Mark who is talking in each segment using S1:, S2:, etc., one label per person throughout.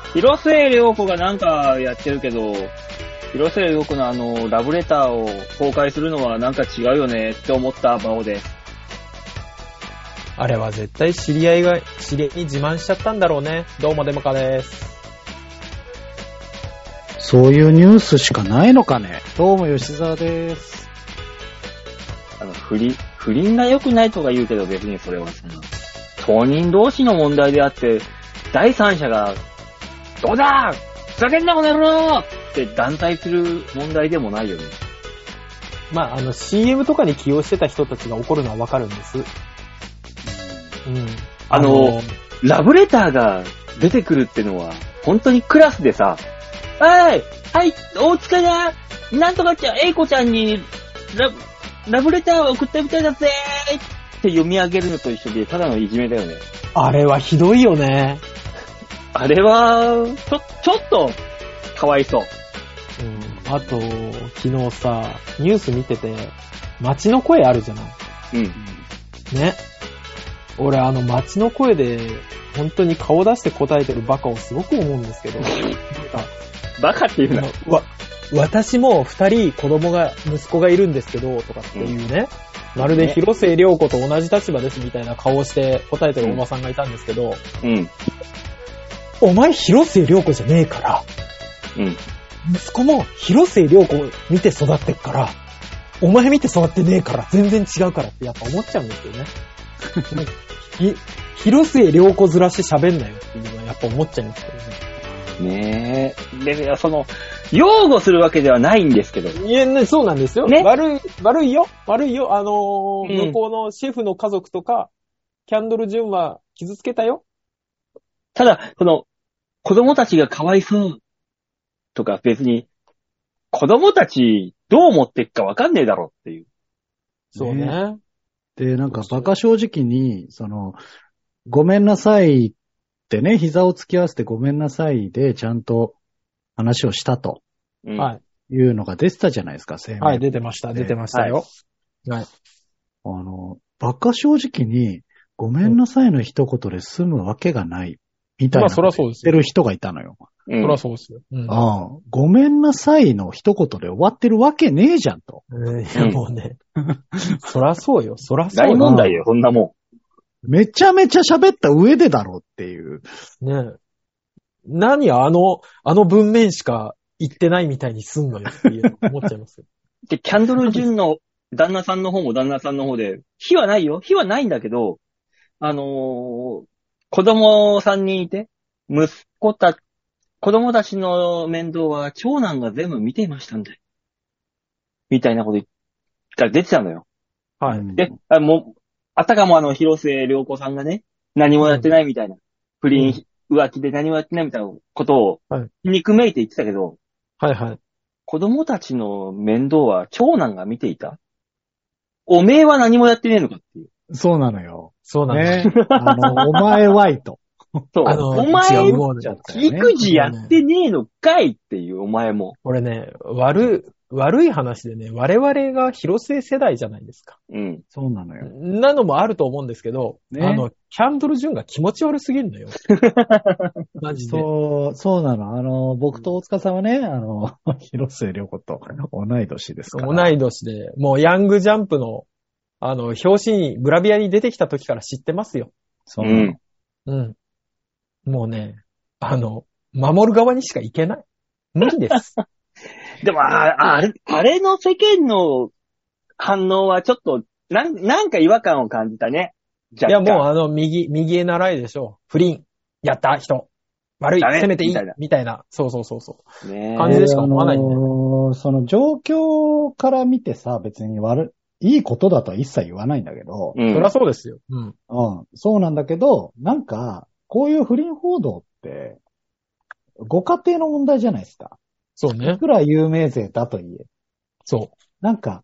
S1: 広末涼子がなんかやってるけど、広末涼子のラブレターを公開するのはなんか違うよねって思ったバオです。
S2: あれは絶対知り合いに自慢しちゃったんだろうね。どうもデモカです。
S3: そういうニュースしかないのかね。どうも吉沢です。
S1: 不倫が良くないとか言うけど別にそれは当人同士の問題であって、第三者が、どうだふざけんなこの野郎って団体する問題でもないよね。
S2: まあ、CM とかに起用してた人たちが怒るのはわかるんです。うん。
S1: ラブレターが出てくるってのは、本当にクラスでさ、はい、大塚が、なんとかちゃん、A子ちゃんに、ラブレターを送ったみたいだぜって読み上げるのと一緒で、ただのいじめだよね。
S2: あれはひどいよね。
S1: あれは、ちょっと、かわいそう。
S2: うん。あと、昨日さ、ニュース見てて、街の声あるじゃない。
S1: うん。
S2: ね。俺街の声で、本当に顔出して答えてるバカをすごく思うんですけど。
S1: バカっていうの
S2: 私も2人息子がいるんですけど、とかっていうね。まるで広末涼子と同じ立場ですみたいな顔をして答えてるおばさんがいたんですけど。
S1: うん。
S2: お前広末涼子じゃねえから。
S1: うん。
S2: 息子も広末涼子を見て育ってっから、お前見て育ってねえから全然違うからってやっぱ思っちゃうんですよね。広末涼子ずらして喋んなよっていうのはやっぱ思っちゃいますけどね。
S1: ねえ。で、擁護するわけではないんですけど。
S2: いやね、そうなんですよ。ね、悪いよ。向こうのシェフの家族とか、キャンドル・ジュンは傷つけたよ。
S1: ただ、子供たちがかわいそうとか別に、子供たちどう思ってっかわかんねえだろっていう。
S2: そうね。
S3: で、なんかバカ正直に、ごめんなさいってね、膝を突き合わせてごめんなさいでちゃんと話をしたと。
S2: はい。
S3: いうのが出てたじゃないですか、声明。
S2: はい、出てましたよ。はい。
S3: バカ正直に、ごめんなさいの一言で済むわけがない。みたいなこと言ってる人がいたのよ。
S2: そらそうですよ。うん、
S3: ごめんなさいの一言で終わってるわけねえじゃんと。
S2: いやもうね。そらそうよ。
S1: 大問題よ、そんなも
S3: ん。めちゃめちゃ喋った上でだろうっていう。
S2: ねえ。何あの文面しか言ってないみたいにすんのよっていう思っちゃいますよ。
S1: で、キャンドル・ジュンの旦那さんの方も旦那さんの方で、火はないよ。火はないんだけど、子供3人いて、子供たちの面倒は長男が全部見ていましたんで。みたいなことが出てたのよ。
S2: はい。
S1: で、あたかも広末涼子さんがね、何もやってないみたいな。不倫、浮気で何もやってないみたいなことを、憎めいて言ってたけど、
S2: はいはい。
S1: 子供たちの面倒は長男が見ていた？おめえは何もやってねえのかっていう。
S3: そうなのよ。
S2: そうなのよ。
S3: ね、お前はいと。
S1: そう。お前、育児やってねえのかいっていう、お前も。
S2: これね、悪い話でね、我々が広末世代じゃないですか。
S3: うん。そうなのよ。
S2: なのもあると思うんですけど、ね、キャンドル・ジュンが気持ち悪すぎるのよ。マジで。
S3: そうなの。僕と大塚さんはね、広末涼子と同い年ですから。
S2: 同い年で、もうヤングジャンプの、表紙に、グラビアに出てきた時から知ってますよ。
S3: そうなの。
S2: うん。もうね、守る側にしかいけない。無理です。
S1: でも、あれの世間の反応はちょっと、なんか違和感を感じたね。
S2: いや、もう右へ習いでしょ。不倫、やった人、悪い、攻めていい、みたいな。そう。ね、感じでしか思わないんだよ。
S3: その状況から見てさ、別にいいことだとは一切言わないんだけど。
S2: そりゃそうですよ。
S3: そうなんだけど、なんか、こういう不倫報道って、ご家庭の問題じゃないですか。
S2: そうね。
S3: いくら有名税だと言え。
S2: そう。
S3: なんか、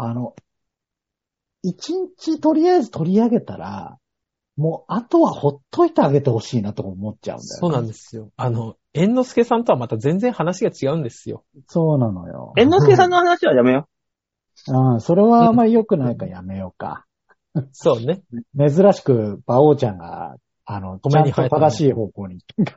S3: 一日とりあえず取り上げたら、もうあとはほっといてあげてほしいなと思っちゃうんだよね。
S2: そうなんですよ。猿之助さんとはまた全然話が違うんですよ。
S3: そうなのよ。
S1: 猿之助さんの話はやめよ
S3: う。それはあんまり良くないからやめようか。
S2: そうね。
S3: 珍しく、馬王ちゃんがちゃんと正しい方向に。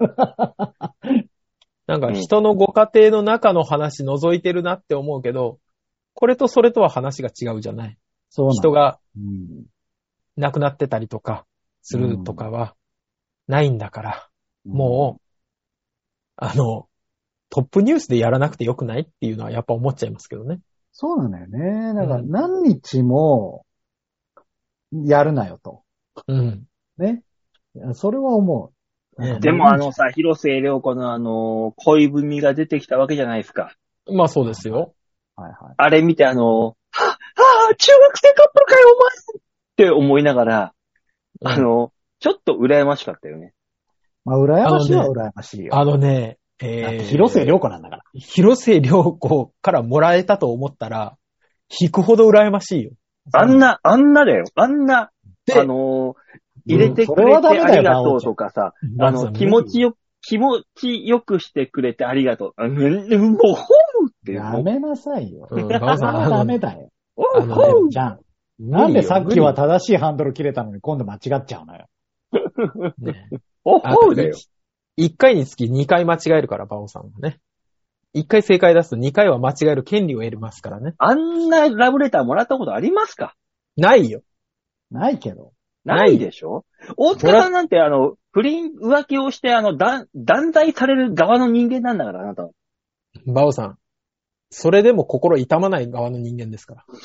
S2: なんか人のご家庭の中の話覗いてるなって思うけど、これとそれとは話が違うじゃない。
S3: そうなん
S2: 人が
S3: うん
S2: 亡くなってたりとかするとかはないんだから、もう、トップニュースでやらなくてよくないっていうのはやっぱ思っちゃいますけどね。
S3: そうなんだよね。だから何日もやるなよと。
S2: うん。
S3: ね。それは思う。
S2: ね
S1: でも広末涼子の恋文が出てきたわけじゃないですか。
S2: まあそうですよ。
S3: はいはい。
S1: あれ見てはぁ、中学生カップルかよ、お前って思いながら、ちょっと羨ましかったよね。
S3: まあ、羨ましいは羨ましいよ。
S2: だって
S3: 広末涼子なんだから。
S2: 広末涼子からもらえたと思ったら、引くほど羨ましいよ。
S1: あんなだよ。
S2: で
S1: 入れてくれてありがとうとかさ、気持ちよくしてくれてありがとう。もう、ほうって
S3: やめなさいよ。
S2: バオさん
S3: ダメだよ。
S1: ほう
S3: じゃん。なんでさっきは正しいハンドル切れたのに今度間違っちゃうのよ。
S2: ね
S1: ほうだよ。
S2: 1回につき2回間違えるから、バオさんはね。1回正解出すと2回は間違える権利を得れますからね。
S1: あんなラブレターもらったことありますか？
S2: ないよ。
S3: ないけど。
S1: ないでしょ？大塚さんなんて不倫浮気をして断罪される側の人間なんだから、あなたは。
S2: バオさん。それでも心痛まない側の人間ですから。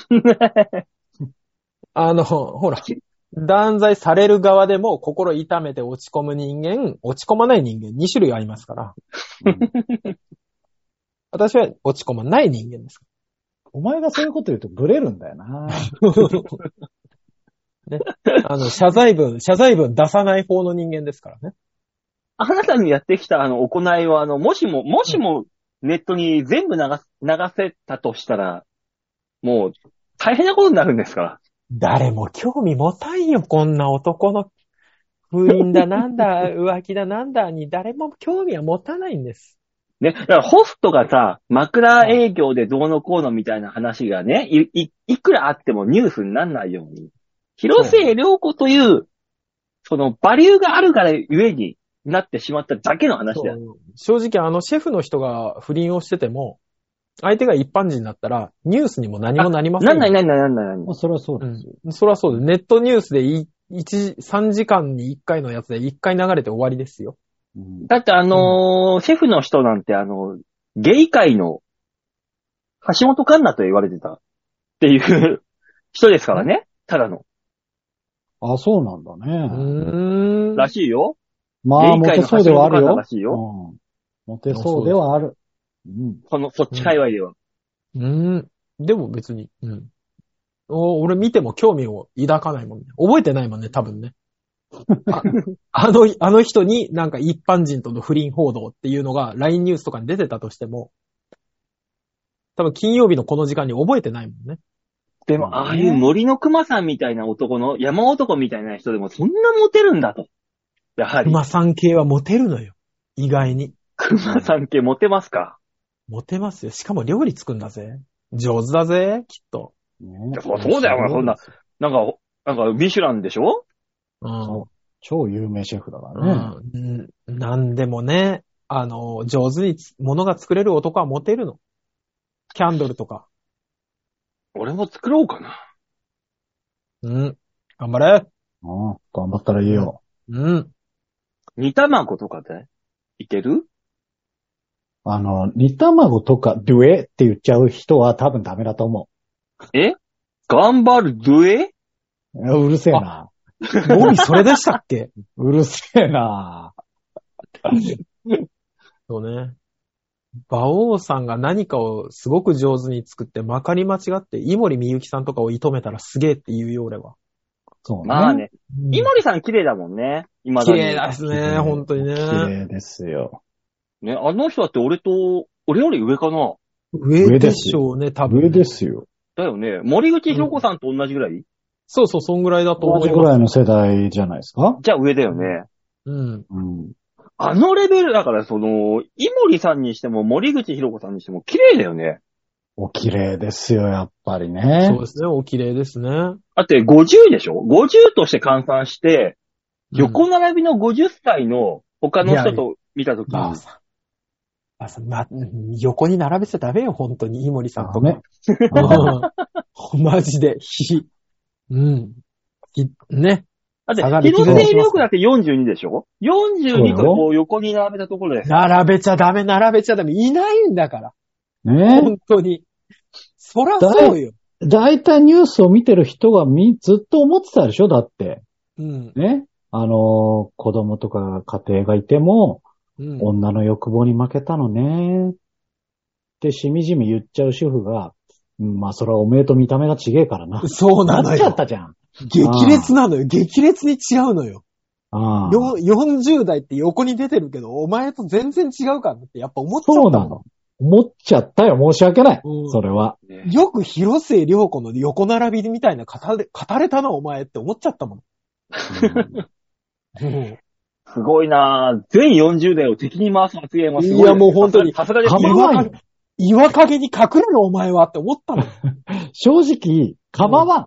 S2: ほら、断罪される側でも心痛めて落ち込む人間、落ち込まない人間、2種類ありますから。私は落ち込まない人間ですか
S3: お前がそういうこと言うとブレるんだよな。
S2: ね、謝罪文出さない方の人間ですからね。
S1: あなたにやってきた行いはもしもネットに全部流せたとしたら、もう大変なことになるんですから。
S2: 誰も興味持たんよ、こんな男の不倫だなんだ、浮気だなんだに誰も興味は持たないんです。
S1: ね。だからホストがさ、枕営業でどうのこうのみたいな話がね、いくらあってもニュースにならないように。広末涼子という、そのバリューがあるからゆえになってしまっただけの話だよ。
S2: 正直シェフの人が不倫をしてても、相手が一般人だったら、ニュースにも何もなりませんよ。
S1: なんない。
S3: まあ、それはそうですよ。
S2: それはそうです。ネットニュースで3時間に1回のやつで1回流れて終わりですよ。
S1: だってシェフの人なんてゲイ界の橋本環奈と言われてたっていう人ですからね。ただの。
S3: あ、そうなんだね。
S1: らしいよ。
S3: まあ、モテそうではあるよ。
S1: らしいよ。
S3: モテそうではある。
S1: そっち界隈では。
S2: でも別に、俺見ても興味を抱かないもんね。覚えてないもんね、多分ね。あの人になんか一般人との不倫報道っていうのが LINE ニュースとかに出てたとしても、多分金曜日のこの時間に覚えてないもんね。
S1: でも、ああいう森の熊さんみたいな男の、山男みたいな人でもそんなモテるんだと。やはり。
S2: 熊さん系はモテるのよ。意外に。
S1: 熊さん系モテますか？
S2: モテますよ。しかも料理作んだぜ。上手だぜ、きっと。
S1: そうだよ、そんな。なんか、ミシュランでしょ？
S3: 超有名シェフだからね。
S2: なんでもね、上手に物が作れる男はモテるの。キャンドルとか。
S1: 俺も作ろうかな。
S2: 頑張れ。
S3: 頑張ったらいいよ。
S1: 煮卵とかでいける？
S3: 煮卵とか、ドゥエって言っちゃう人は多分ダメだと思
S2: 頑張るドゥエ？
S3: うるせえな。
S2: 何それでしたっけ？
S3: うるせえな。
S2: そうね。馬王さんが何かをすごく上手に作ってまかり間違って井森美幸さんとかを射止めたらすげえって言うよ俺は。
S3: そうね。
S1: まあね。井森さん綺麗だもんね。今
S2: 綺麗ですね、本当にね。
S3: 綺麗ですよ。
S1: ね、あの人だって俺より上かな？
S2: 上でしょうね、多分。
S3: 上ですよ。
S1: だよね。森口博子さんと同じぐらい？
S2: そう、そんぐらいだと思います。
S3: 同じぐらいの世代じゃないですか？
S1: じゃあ上だよね。あのレベルだから、井森さんにしても森口博子さんにしても綺麗だよね。
S3: お綺麗ですよ、やっぱりね。
S2: そうですね、お綺麗ですね。
S1: だって50でしょ？ 50 として換算して、 横並びの50歳の他の人と見たときに、
S2: まあさ、横に並べちゃダメよ、本当に、井森さんとか。マジで、ね。
S1: だって、広末涼子だって42でしょ ?42 とこう横に並べたところで。
S2: 並べちゃダメ。いないんだから。
S3: ね。
S2: 本当に。そらそうよ。
S3: だいたいニュースを見てる人がずっと思ってたでしょだって。ね。子供とか家庭がいても、女の欲望に負けたのね。ってしみじみ言っちゃう主婦が、まあそれはおめえと見た目が違えからな。
S2: そうなのよ。
S3: なっちゃったじゃん。
S2: 激烈なのよ。激烈に違うのよ。40代って横に出てるけど、お前と全然違うからってやっぱ思っちゃった。
S3: そうなの。思っちゃったよ。申し訳ない。それは。
S2: よく広末涼子の横並びみたいな語れたな、お前って思っちゃったもん。
S1: すごいなぁ。全40代を敵に回す発言はすごい。
S2: いや、もう本当に。
S1: さすがです。
S2: 岩陰に隠れろ、お前はって思ったもん。
S3: 正直、構わん。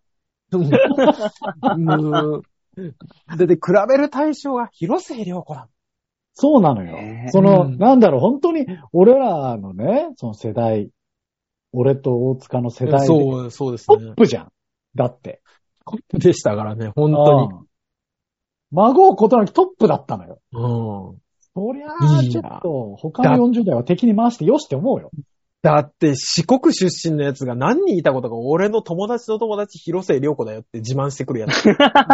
S2: で、比べる対象は広末涼子だ。
S3: そうなのよ。なんだろう、本当に、俺らのね、その世代、俺と大塚の世代で、
S2: そうですね。
S3: トップじゃん。だって。
S2: トップでしたからね、本当に。
S3: 孫をことなきトップだったのよ。そりゃあ、ちょっと、他の40代は敵に回してよしって思うよ。
S2: だって、四国出身のやつが何人いたことか、俺の友達の友達、広末涼子だよって自慢してくるやつ。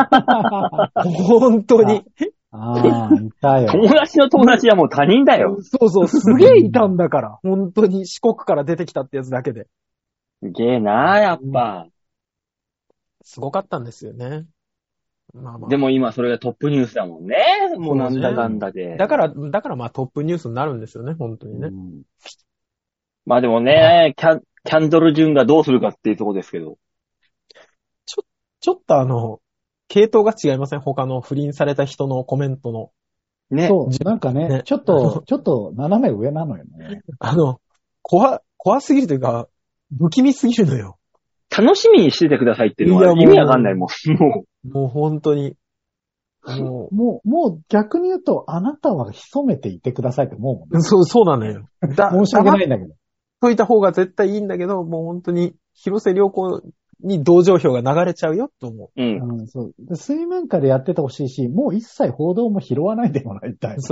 S2: 本当に。
S3: いたよ。
S1: 友達の友達はもう他人だよ。
S2: そう、すげえいたんだから。本当に四国から出てきたってやつだけで。
S1: すげえなぁ、やっぱ。
S2: すごかったんですよね。
S1: でも今それがトップニュースだもんね。もうなんだかんだで。
S2: だからまあトップニュースになるんですよね、本当にね。
S1: まあでもね、キャンドル・ジュンがどうするかっていうところですけど。
S2: ちょっと系統が違いません？他の不倫された人のコメントの。
S3: ね。そう、なんかね、ちょっと斜め上なのよね。
S2: 怖すぎるというか、不気味すぎるのよ。
S1: 楽しみにしててくださいっていうのは意味わかんないもん。
S2: もう本当に。
S3: もう逆に言うと、あなたは潜めていてくださいって思うもんね。
S2: そうなのよ。
S3: 申し訳ないんだけど。
S2: といた方が絶対いいんだけど、もう本当に、広末涼子に同情票が流れちゃうよと思
S3: う。そう。水面下でやっててほしいし、もう一切報道も拾わないでもらいたい。
S2: そう。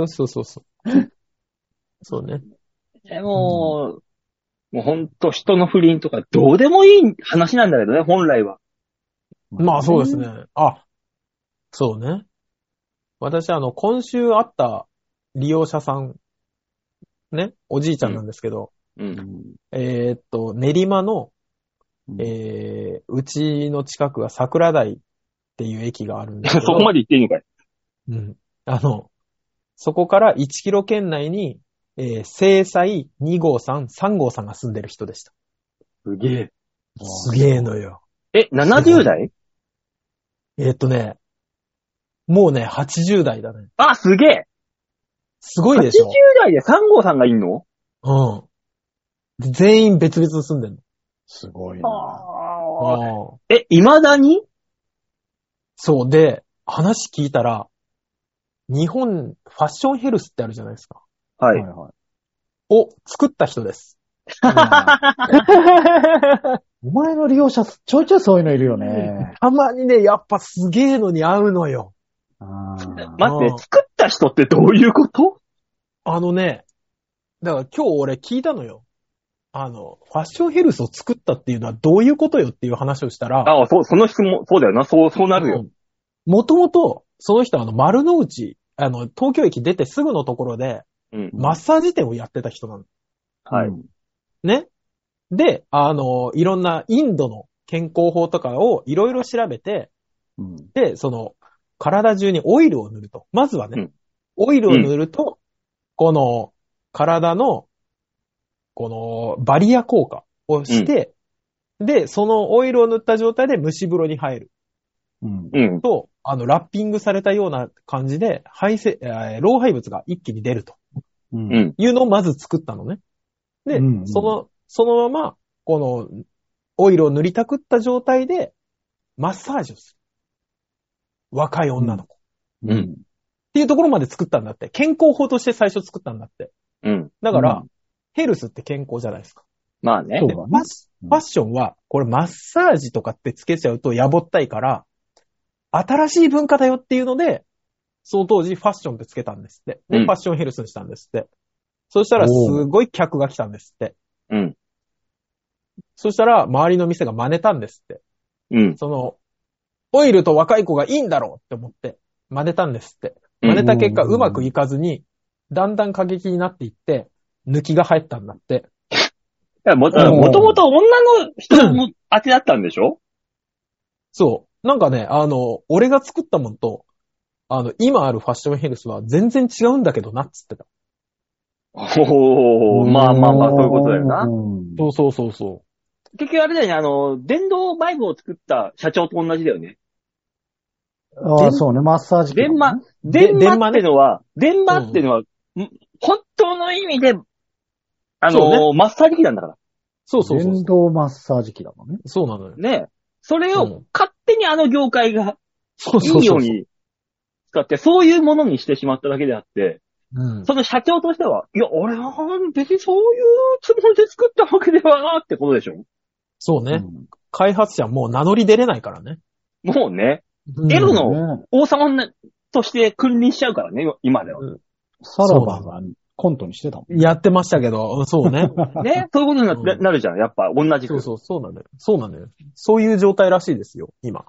S2: そうね。
S1: もうほんと人の不倫とかどうでもいい話なんだけどね、本来は。
S2: まあそうですね。そうね。私今週会った利用者さん、ね、おじいちゃんなんですけど、練馬の、うちの近くは桜台っていう駅があるんですけど。
S1: そこまで行っていいのかい？
S2: そこから1キロ圏内に、西西2号さん、3号さんが住んでる人でした。
S1: すげえ。
S2: すげえのよ。
S1: 70代？
S2: もうね、80代だね。
S1: あ、すげえ。
S2: すごいでしょ。
S1: 80代で3号さんがいんの？
S2: 全員別々に住んでるの。
S3: すごいな。
S1: 未だに？
S2: そうで、話聞いたら、日本ファッションヘルスってあるじゃないですか。
S1: はい。
S2: を作った人です。
S3: お前の利用者、ちょいちょいそういうのいるよね。
S2: たまにね、やっぱすげえのに合うのよ。
S1: 待って、作った人ってどういうこと？
S2: だから今日俺聞いたのよ。ファッションヘルスを作ったっていうのはどういうことよっていう話をしたら。
S1: その質問、そうだよな、そうなるよ。
S2: もともと、その人は丸の内、東京駅出てすぐのところで、マッサージ店をやってた人なの。
S1: はい。
S2: ね。で、いろんなインドの健康法とかをいろいろ調べて、で、体中にオイルを塗ると。まずはね、オイルを塗ると、この体の、このバリア効果をして、で、そのオイルを塗った状態で蒸し風呂に入る。と、ラッピングされたような感じで、老廃物が一気に出ると。いうのをまず作ったのね。で、そのまま、この、オイルを塗りたくった状態で、マッサージをする。若い女の子。
S1: うん。
S2: っていうところまで作ったんだって。健康法として最初作ったんだって。
S1: うん。
S2: だから、ヘルスって健康じゃないですか。
S1: まあね。
S2: ファッションは、これマッサージとかってつけちゃうとやぼったいから、新しい文化だよっていうので、その当時ファッションってつけたんですって。で、ファッションヘルスにしたんですって。そしたらすごい客が来たんですって。
S1: うん。
S2: そしたら周りの店が真似たんですって。
S1: うん。
S2: オイルと若い子がいいんだろうって思って、真似たんですって。真似た結果うまくいかずに、だんだん過激になっていって、抜きが入ったんだって。
S1: もともと女の人の当てだったんでしょ？
S2: そう。なんかね、俺が作ったもんと、今あるファッションヘルスは全然違うんだけどなっつってた。
S1: おー、まあまあまあ、そういうことだよな。
S2: そう。
S1: 結局あれだよね、電動バイブを作った社長と同じだよね。
S3: ああ、そうね、マッサージ機、ね。
S1: 電マってのは、本当の意味で、マッサージ機なんだから。
S2: そう。
S3: 電動マッサージ機だもんね。
S2: そうなのよ。
S1: ね。それを勝手に業界が、いいように使って、そういうものにしてしまっただけであって、その社長としては、いや、俺は別にそういうつもりで作ったわけではなってことでしょ？
S2: そうね。開発者もう名乗り出れないからね。
S1: もうね、エロの王様として君臨しちゃうからね、今では。
S3: さらばがコントにしてたもん。
S2: やってましたけど、そうね。
S1: ね、そういうことになるじゃん、やっぱ同じく。
S2: そうなんだよ。そうなんだよ。そういう状態らしいですよ、今。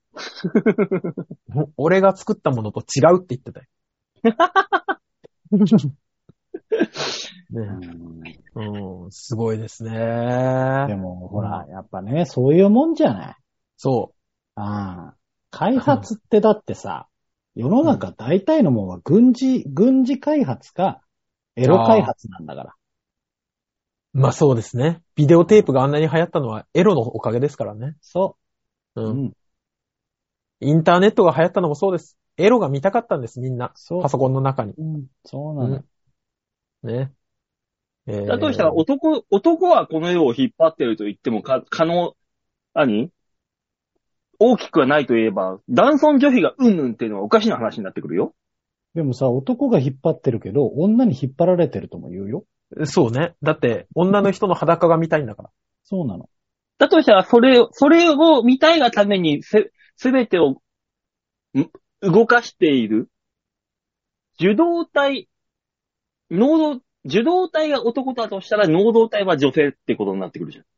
S2: 俺が作ったものと違うって言ってたよ。ね、すごいですね。
S3: でも、ほら、やっぱね、そういうもんじゃない。
S2: そう。
S3: 開発ってだってさ、世の中大体のもんは軍事開発か、エロ開発なんだから。
S2: まあそうですね。ビデオテープがあんなに流行ったのはエロのおかげですからね。
S3: そう。
S2: インターネットが流行ったのもそうです。エロが見たかったんです、みんな。パソコンの中に。
S3: そうなの。
S2: ね。
S1: だとしたら男はこの世を引っ張ってると言っても大きくはないと言えば、男尊女卑がうんぬんっていうのはおかしな話になってくるよ。
S3: でもさ、男が引っ張ってるけど、女に引っ張られてるとも言うよ。
S2: そうね。だって、女の人の裸が見たいんだから。
S3: そうなの。
S1: だとしたら、それを見たいがためにすべてを動かしている受動体が男だとしたら、能動体は女性ってことになってくるじゃん。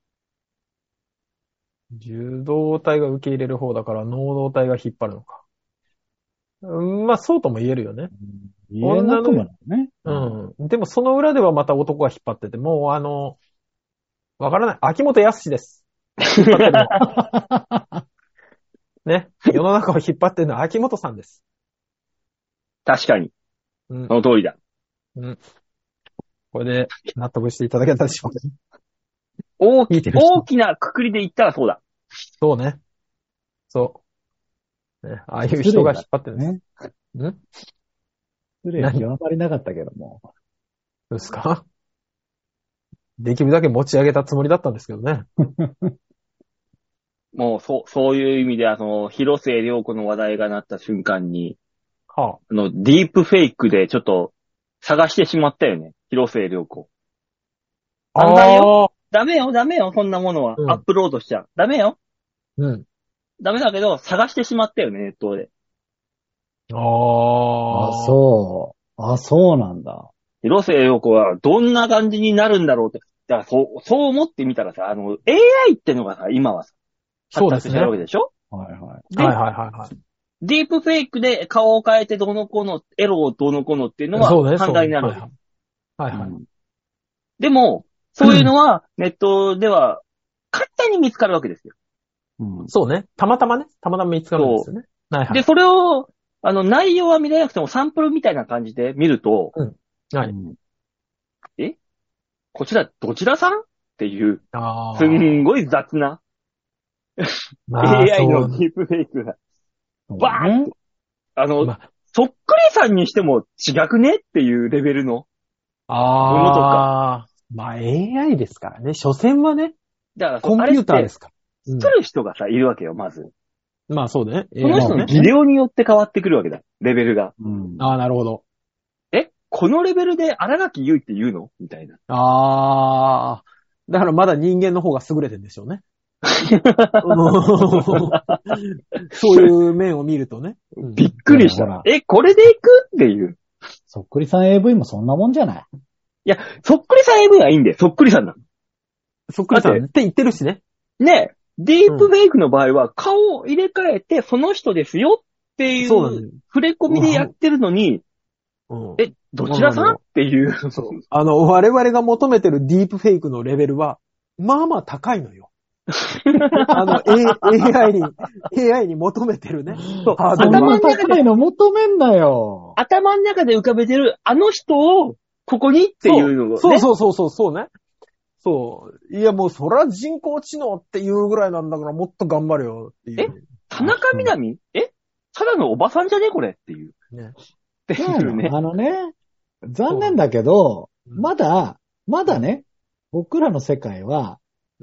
S2: 受動体が受け入れる方だから、能動体が引っ張るのか。まあ、そうとも言えるよね。
S3: 言えなくもね。
S2: でも、その裏ではまた男が引っ張ってて、もうわからない。秋元康です。引っ張ってるの。ね。世の中を引っ張ってるのは秋元さんです。
S1: 確かに。その通りだ。
S2: これで納得していただけたでしょうか。
S1: 大きなくくりで言ったらそうだ。
S2: そうね。そう。ね、ああいう人が引っ張ってるね。
S3: 失礼に極まりなかったけども。
S2: どうですか？できるだけ持ち上げたつもりだったんですけどね。
S1: もう、そういう意味で広末涼子の話題がなった瞬間に、ディープフェイクでちょっと探してしまったよね。広末涼子。ダメよ、そんなものは。アップロードしちゃう。ダメよ。ダメだけど、探してしまったよね、ネットで。
S3: そうなんだ。
S1: 広末涼子はどんな感じになるんだろうって。だからそう思ってみたらさ、AI ってのがさ、今はさ、
S2: そうですね。
S1: してるわけでしょ？
S2: はい。
S1: ディープフェイクで顔を変えてどの子の、エロをどの子のっていうのは反対になる。
S2: はい。
S1: でも、そういうのはネットでは簡単に見つかるわけですよ。
S2: そうね。たまたま見つかるんですよね。
S1: で、それを、内容は見れなくてもサンプルみたいな感じで見ると、こちら、どちらさんっていう、すんごい雑な、AI のディープフェイクが、バーンそっくりさんにしても違くねっていうレベルの、ものとか。
S2: まあ AI ですからね。所詮はね。
S1: だから
S2: コンピューターですから。
S1: 作る人がさ、いるわけよ、まず。
S2: まあそうね。
S1: その人の技量によって変わってくるわけだ。レベルが。
S2: ああ、なるほど。
S1: このレベルで荒垣結衣って言うのみたいな。
S2: ああ。だからまだ人間の方が優れてるんでしょうね。そういう面を見るとね。
S1: びっくりした。これでいくっていう。
S3: そっくりさん AV もそんなもんじゃない？
S1: いや、そっくりさん AV はいいんだよ。そっくりさんなの。
S2: そっくりさんって言ってるしね。
S1: ね、ディープフェイクの場合は顔を入れ替えてその人ですよっていう触れ込みでやってるのに、どちらさんっていう。
S2: 我々が求めてるディープフェイクのレベルは、まあまあ高いのよ。AI に求めてるね。
S3: 頭の高いの求めんなよ。
S1: 頭の中で浮かべてるあの人をここにっていうのが、
S2: ね。そうね。そう。いやもうそら人工知能っていうぐらいなんだからもっと頑張れよっていう。
S1: 田中みな実？ただのおばさんじゃねこれっていう。
S3: ね。っていうね。残念だけど、まだね、僕らの世界は、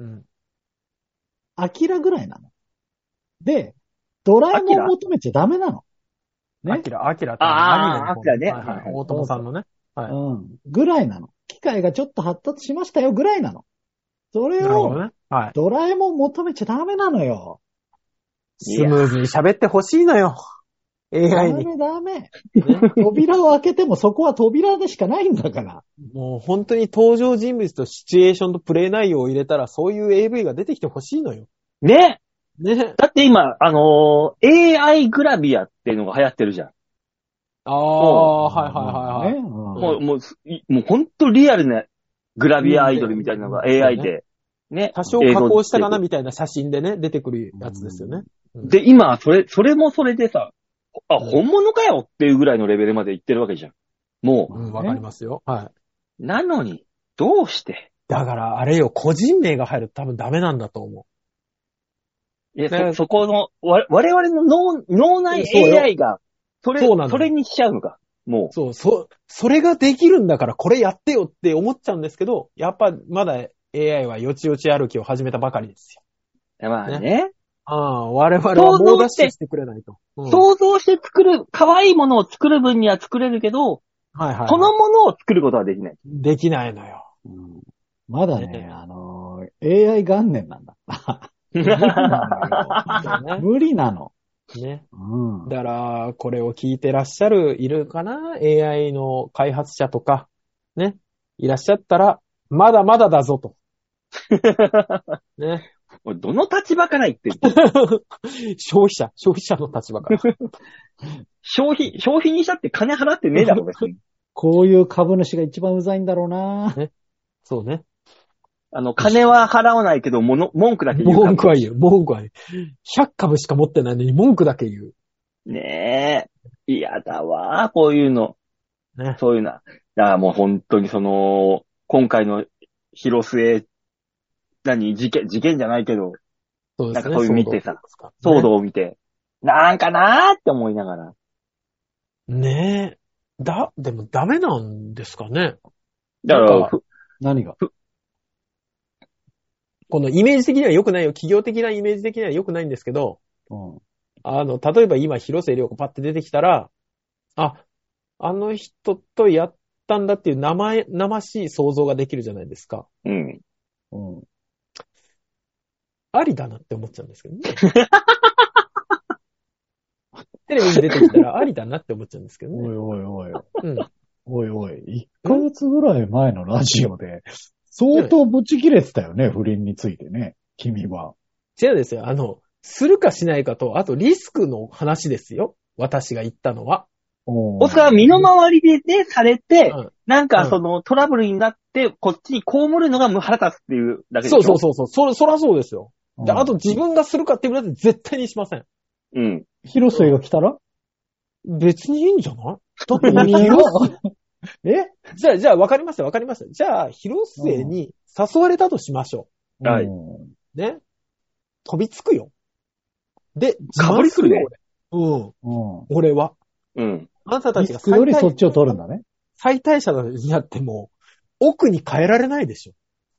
S3: アキラぐらいなの。で、ドラえもん求めちゃダメなの。
S2: ね。アキラってア
S1: キラね。
S2: 大友さんのね。
S3: ぐらいなの。機械がちょっと発達しましたよぐらいなの。それを、ドラえもん求めちゃダメなのよ。
S2: スムーズに喋ってほしいのよ。AI に。
S3: ダメ。扉を開けてもそこは扉でしかないんだから。
S2: もう本当に登場人物とシチュエーションとプレイ内容を入れたらそういう AV が出てきてほしいのよ。
S1: ね。だって今、AI グラビアっていうのが流行ってるじゃん。
S2: はい。
S1: もう本当リアルなグラビアアイドルみたいなのが AI で。ね。
S2: 多少加工したかなみたいな写真でね、出てくるやつですよね。
S1: で、今、それもそれでさ、本物かよっていうぐらいのレベルまで行ってるわけじゃん。もう。
S2: わかりますよ。はい。
S1: なのに、どうして？
S2: だから、あれよ、個人名が入ると多分ダメなんだと思
S1: う。いや、そこの、我々の脳内 AI が、それにしちゃうのか。もう。
S2: それができるんだからこれやってよって思っちゃうんですけど、やっぱまだ AI はよちよち歩きを始めたばかりです
S1: よ。まあね。
S2: 我々は猛ダッシュしてくれないと。
S1: 想像して作る、可愛いものを作る分には作れるけど、そのものを作ることはできない。
S2: できないのよ。
S3: まだね、AI 元年なんだ。無理なの。
S2: ね。だから、これを聞いてらっしゃいるかな ?AI の開発者とか、ね。いらっしゃったら、まだまだだぞと。ね。
S1: どの立場から言ってる
S2: 消費者の立場から。
S1: 消費にしたって金払ってねえだろ、別に。
S3: こういう株主が一番うざいんだろうな。
S2: ね。そうね。
S1: 金は払わないけど、文句だけ言う。
S2: 文句は言う。100株しか持ってないのに文句だけ言う。
S1: ねえ。嫌だわ、こういうの。ね。そういうの。だからもう本当に今回の広末、事件じゃないけど、そうですね、なんかそういう見てさ、騒動を見て、なんかなーって思いながら。
S2: ねえ。でもダメなんですかね。
S1: だから、
S3: 何が
S2: このイメージ的には良くないよ。企業的なイメージ的には良くないんですけど、例えば今、広末涼子パッて出てきたら、あの人とやったんだっていう生しい想像ができるじゃないですか。ありだなって思っちゃうんですけどね。テレビに出てきたらありだなって思っちゃうんですけどね。
S3: おいおい、1ヶ月ぐらい前のラジオで、相当ブチ切れてたよね、不倫についてね、君は。
S2: 違うんですよ。するかしないかと、あとリスクの話ですよ。私が言ったのは。
S1: おそらく身の回りでね、されて、なんかトラブルになって、こっちに被るのが腹立つっていうだけでしょ。
S2: そう。そらそうですよ。あと自分がするかっていうのは絶対にしません。
S3: 広末が来たら
S2: 別にいいんじゃないだってじゃあ、わかりました。じゃあ、広末に誘われたとしましょ
S1: う。はい。
S2: ね。飛びつくよ。で、
S1: かぶりつくね。
S2: 俺は。あなたたちが
S3: よりそっちを取るんだね。
S2: 最大者になっても、奥に変えられないでしょ。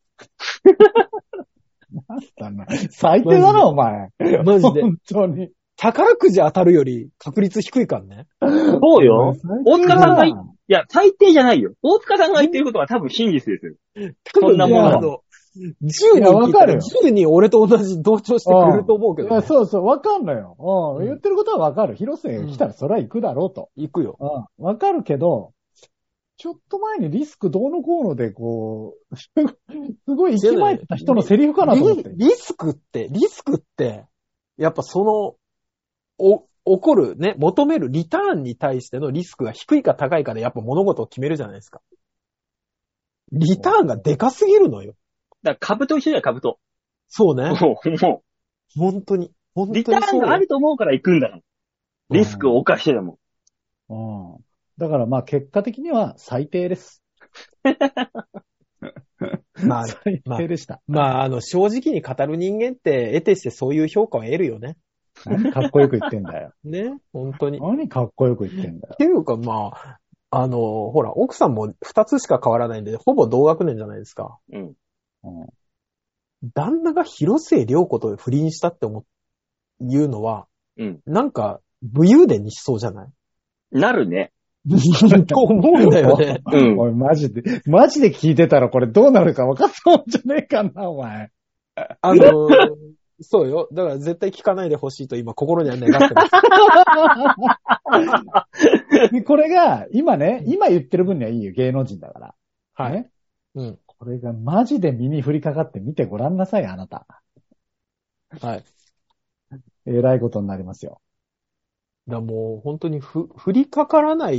S3: なんだな。最低だな、お前。
S2: マジで。
S3: 本当に。
S2: 宝くじ当たるより確率低いからね。
S1: そうよ。大塚さんがいや、最低じゃないよ。大塚さんが言ってることは多分真実ですよ。そんなもの。
S2: 10人わかるよ。10人俺と同じ同調してくれると思うけど、ね。
S3: そうそう、わかんのよ。言ってることはわかる。広瀬来たらそれは行くだろうと。
S2: 行くよ。
S3: わかるけど、ちょっと前にリスクどうのこうので、こう、すごい行きまいった人のセリフかなと思って。
S2: リスクって、やっぱその、起こるね、求めるリターンに対してのリスクが低いか高いかでやっぱ物事を決めるじゃないですか。リターンがでかすぎるのよ。
S1: だから株と一緒だよ、株と。
S2: そうね。
S1: もう。
S2: 本当に
S1: リターンがあると思うから行くんだ。リスクを冒してでも。
S3: だからまあ結果的には最低です。
S2: まあ、
S3: 最低でした。
S2: 正直に語る人間って得てしてそういう評価を得るよね。
S3: 何かっこよく言ってんだよ。
S2: ね、本当に。
S3: 何かっこよく言ってんだよ。
S2: っていうかほら、奥さんも2つしか変わらないんで、ほぼ同学年じゃないですか。旦那が広末涼子と不倫したっていうのは、なんか、武勇伝にしそうじゃない
S1: なるね。
S2: と思うんだよね。
S3: おい、マジで聞いてたらこれどうなるか分かったもんじゃねえかな、お前。
S2: そうよ。だから絶対聞かないでほしいと今心には願って
S3: ます。これが、今言ってる分にはいいよ、芸能人だから。
S2: はい。
S3: ね、これがマジで耳振りかかって見てごらんなさい、あなた。
S2: はい。
S3: えらいことになりますよ。
S2: もう本当に振りかからない、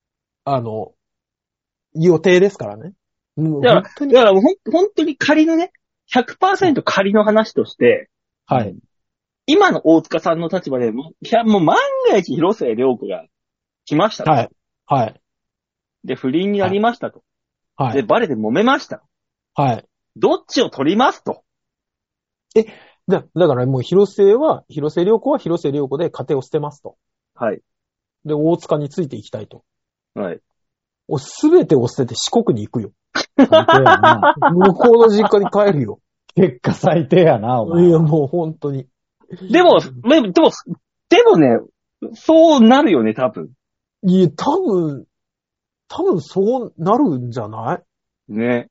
S2: 予定ですからね。
S1: だから本当に仮のね、100% 仮の話として、
S2: はい。
S1: 今の大塚さんの立場でもう万が一広末涼子が来ましたと。
S2: はい。はい。
S1: で、不倫になりましたと。
S2: はい。
S1: で、バレて揉めました。
S2: はい。
S1: どっちを取りますと。
S2: だからもう広末涼子は広末涼子で家庭を捨てますと。
S1: はい。
S2: で、大塚についていきたいと。
S1: はい。
S2: すべてを捨てて四国に行くよ。向こうの実家に帰るよ。
S3: 結果最低やな、お前。
S2: いや、もう本当に。
S1: でもね、そうなるよね、多分。
S2: いや、多分そうなるんじゃない
S1: ね。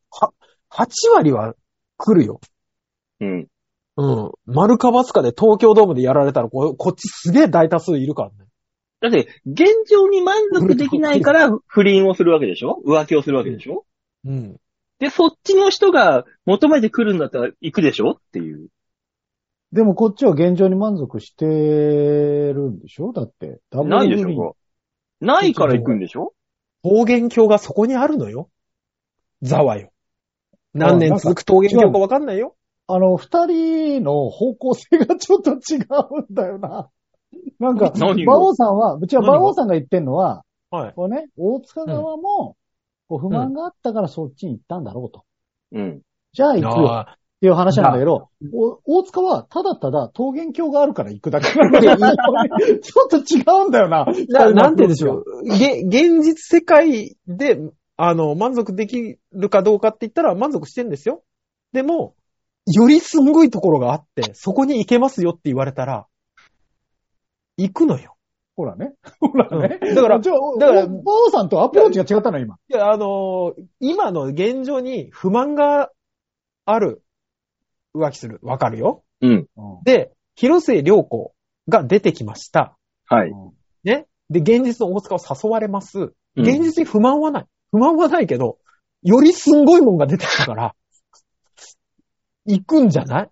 S2: 8割は来るよ。
S1: うん。
S2: 丸か×かで東京ドームでやられたらこっちすげえ大多数いるからね。
S1: だって、現状に満足できないから不倫をするわけでしょ？浮気をするわけでしょ？で、そっちの人が求めてくるんだったら行くでしょっていう。
S3: でもこっちは現状に満足してるんでしょ？だって。
S1: ないでしょ？ないから行くんでしょ？
S2: 桃源郷がそこにあるのよ。ざわよ。何年続く桃源郷かわかんないよ。
S3: 二人の方向性がちょっと違うんだよな。なんか、馬王さんが言ってんのは、
S2: はい。
S3: こうね、大塚側も、不満があったからそっちに行ったんだろうと。じゃあ行くよ。っていう話なんだけど、大塚はただただ桃源郷があるから行くだけなんで、ちょっと違うんだよな。
S2: なんて言うんでしょう。現実世界で、満足できるかどうかって言ったら満足してんですよ。でも、よりすんごいところがあって、そこに行けますよって言われたら、行くのよ。
S3: ほらね。
S2: だから、
S3: 馬王さんとアプローチが違ったの、今。
S2: いや、今の現状に不満がある。浮気する。わかるよ。で、広末涼子が出てきました。
S1: はい。
S2: ね。で、現実の大塚を誘われます。現実に不満はない。不満はないけど、よりすんごいもんが出てきたから、行くんじゃない？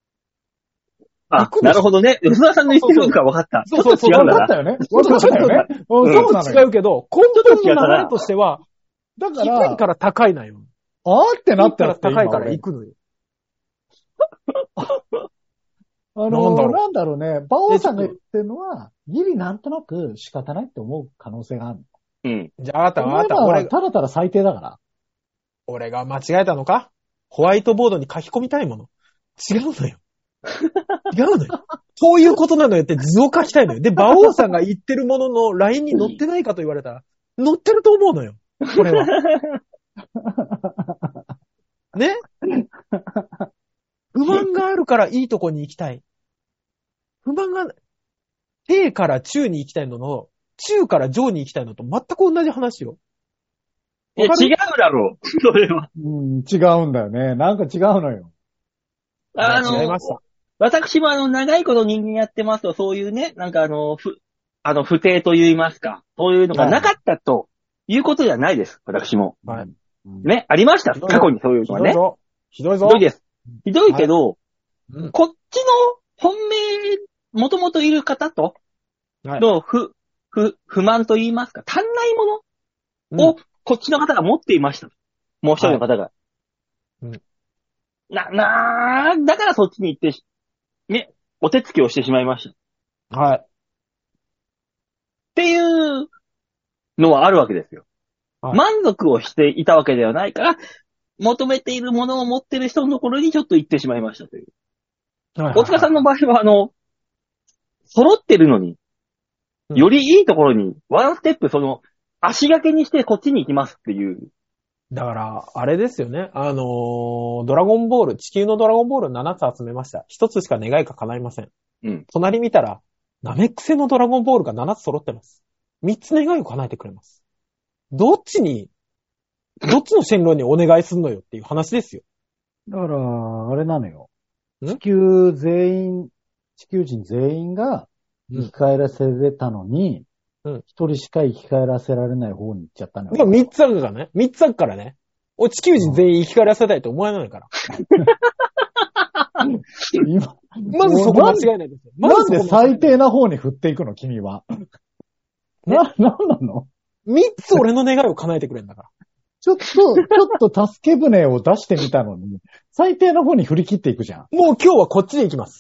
S1: なるほどね。吉田さんの言ってることが分かった。
S2: そう。
S3: 分かったよね。
S2: ちょっと違うけど、根本の流れとしては、
S3: だから、
S2: 低いから高いなよ。
S3: ってなったら
S2: 高いから行くのよ。
S3: なんだろうね。馬王さんが言ってるのは、ギリなんとなく仕方ないって思う可能性があるの。
S2: じゃあ、
S3: 俺ただただ最低だから。
S2: 俺が間違えたのか？ホワイトボードに書き込みたいもの。違うのよ。そういうことなのよって図を書きたいのよ。で、馬王さんが言ってるものの LINE に載ってないかと言われたら、載ってると思うのよ。これは。ね？不満があるからいいとこに行きたい。不満が、 低から中に行きたいのの、中から上に行きたいのと全く同じ話よ。
S1: いや、違うだろう。それは。
S3: 違うんだよね。なんか違うのよ。
S2: 違いました。
S1: 私も長いこと人間やってますと、そういうね、なんか不定と言いますか、そういうのがなかったということじゃないです。私も。
S2: はい。
S1: ね、ありました。過去にそういうのがね。
S2: ひどいぞ。
S1: ひどいです。ひどいけど、
S2: はい、
S1: こっちの本命、もともといる方と、の不満と言いますか、足んないものを、こっちの方が持っていました。もう一人の方が。
S2: はい、
S1: だからそっちに行って、ね、お手つきをしてしまいました。
S2: はい。
S1: っていうのはあるわけですよ。はい、満足をしていたわけではないから、求めているものを持っている人のところにちょっと行ってしまいましたという。大塚さんの場合は、揃ってるのに、よりいいところに、ワンステップ足掛けにしてこっちに行きますっていう。
S2: だから、あれですよね。ドラゴンボール、地球のドラゴンボール7つ集めました。1つしか願いが叶いません。
S1: うん。
S2: 隣見たら、ナメック星のドラゴンボールが7つ揃ってます。3つ願いを叶えてくれます。どっちの線路にお願いすんのよっていう話ですよ。
S3: だから、あれなのよ。地球人全員が生き返らせれたのに、一人しか生き返らせられない方に行っちゃったのよ。
S2: でも3つあるからね。3つあるからね。地球人全員生き返らせたいと思わないから。まずそこ間違いないですよ。
S3: なんで最低な方に振っていくの君は。なんなの
S2: ?3 つ俺の願いを叶えてくれんだから。
S3: ちょっと助け舟を出してみたのに、最低な方に振り切っていくじゃん。
S2: もう今日はこっちに行きます。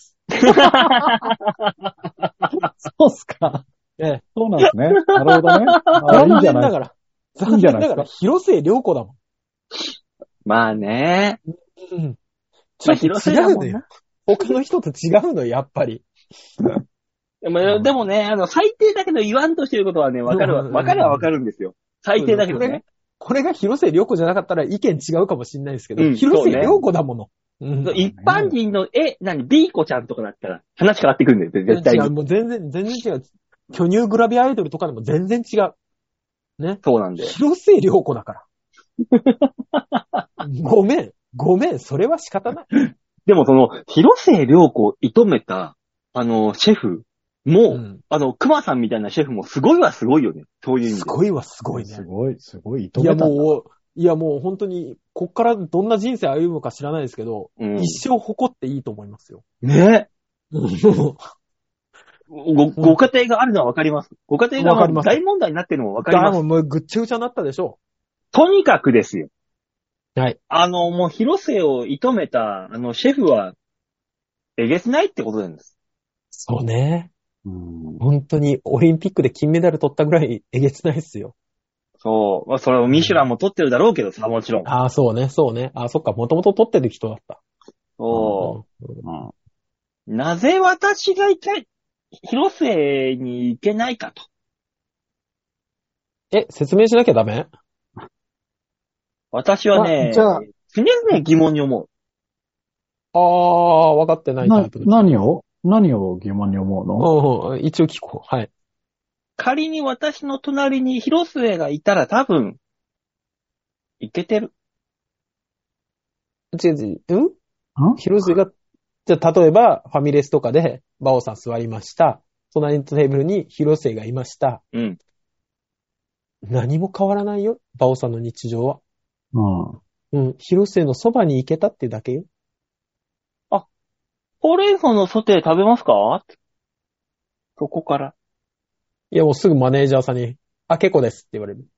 S3: そうっすか。そうなんですね。なるほどね。
S2: 残念ながら。残念ながら、広末涼子だもん。
S1: まあね。
S2: うん。ちょっと違うのよ。他の人と違うのよ、やっぱり。
S1: でもね、最低だけど言わんとしてることはね、わかるんですよ。最低だけどね。
S2: これが広末涼子じゃなかったら意見違うかもしれないですけど、広末涼子だもの。
S1: 一般人の、ビーコちゃんとかだったら話変わってくるんだよ、絶対に。
S2: 違う、もう全然違う。巨乳グラビアアイドルとかでも全然違う。ね。
S1: そうなんだよ。
S2: 広末涼子だから。ごめん、それは仕方ない。
S1: でも広末涼子を射止めた、シェフも、熊さんみたいなシェフもすごいはすごいよね。そういう意味で。
S2: すごいはすごいね。
S3: すごい、射止めた。
S2: いやもう本当に、こっからどんな人生歩むか知らないですけど、一生誇っていいと思いますよ。
S1: ね。ご家庭があるのはわかります。ご家庭が大問題になってるのもわかります。
S2: もうぐっちゃぐちゃになったでしょ
S1: う。とにかくですよ。
S2: はい。
S1: もう広末を射止めた、シェフは、えげつないってことなんです。
S2: そうね。本当にオリンピックで金メダル取ったぐらいえげつないっすよ。
S1: そう。それをミシュランも取ってるだろうけどさ、もちろん。
S2: ああ、そうね。そっか、もともと取ってる人だった。
S1: そう。なぜ私が広末に行けないかと。
S2: 説明しなきゃダメ？
S1: 私はね、常々疑問に思う。
S2: 分かってないタイプ。
S3: 何を疑問に思うの？
S2: 一応聞こう。はい。
S1: 仮に私の隣に広末がいたら多分、いけてる。
S2: 違う。広末が、じゃあ例えばファミレスとかで、バオさん座りました。隣のテーブルに広末がいました。
S1: うん。
S2: 何も変わらないよ。バオさんの日常は。広末のそばに行けたってだけよ。
S1: ほうれん草のソテー食べますか？そこから。
S2: いや、もうすぐマネージャーさんに、結構ですって言われる。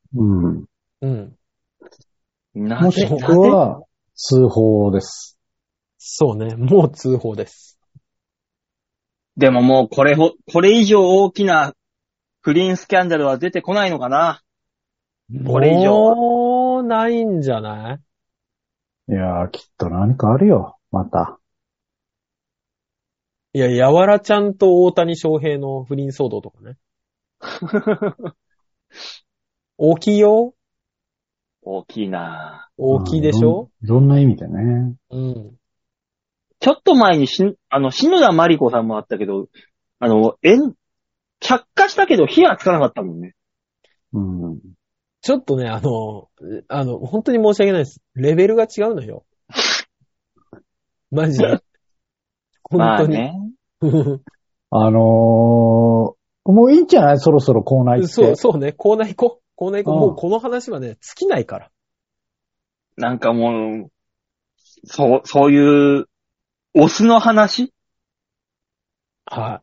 S3: もしくは、通報です。
S2: そうね。もう通報です。
S1: でももうこれ以上大きな不倫スキャンダルは出てこないのかな？これ以上。
S2: もう、ないんじゃない？
S3: いやー、きっと何かあるよ、また。
S2: いや、やわらちゃんと大谷翔平の不倫騒動とかね。大きいよ。
S1: 大きいな。
S2: 大きいでしょ？
S3: いろんな意味でね。
S1: ちょっと前に篠田麻里子さんもあったけど、 着火したけど火はつかなかったもんね。
S3: うん。
S2: ちょっとね、本当に申し訳ないです。レベルが違うのよ。マジで。本当に。
S1: まあね。
S3: もういいんじゃない？そろそろコーナー行って。
S2: そうね。コーナー行こう。コーナー行こう。もうこの話はね、尽きないから。
S1: なんかもう、そういう、オスの話？
S2: はい。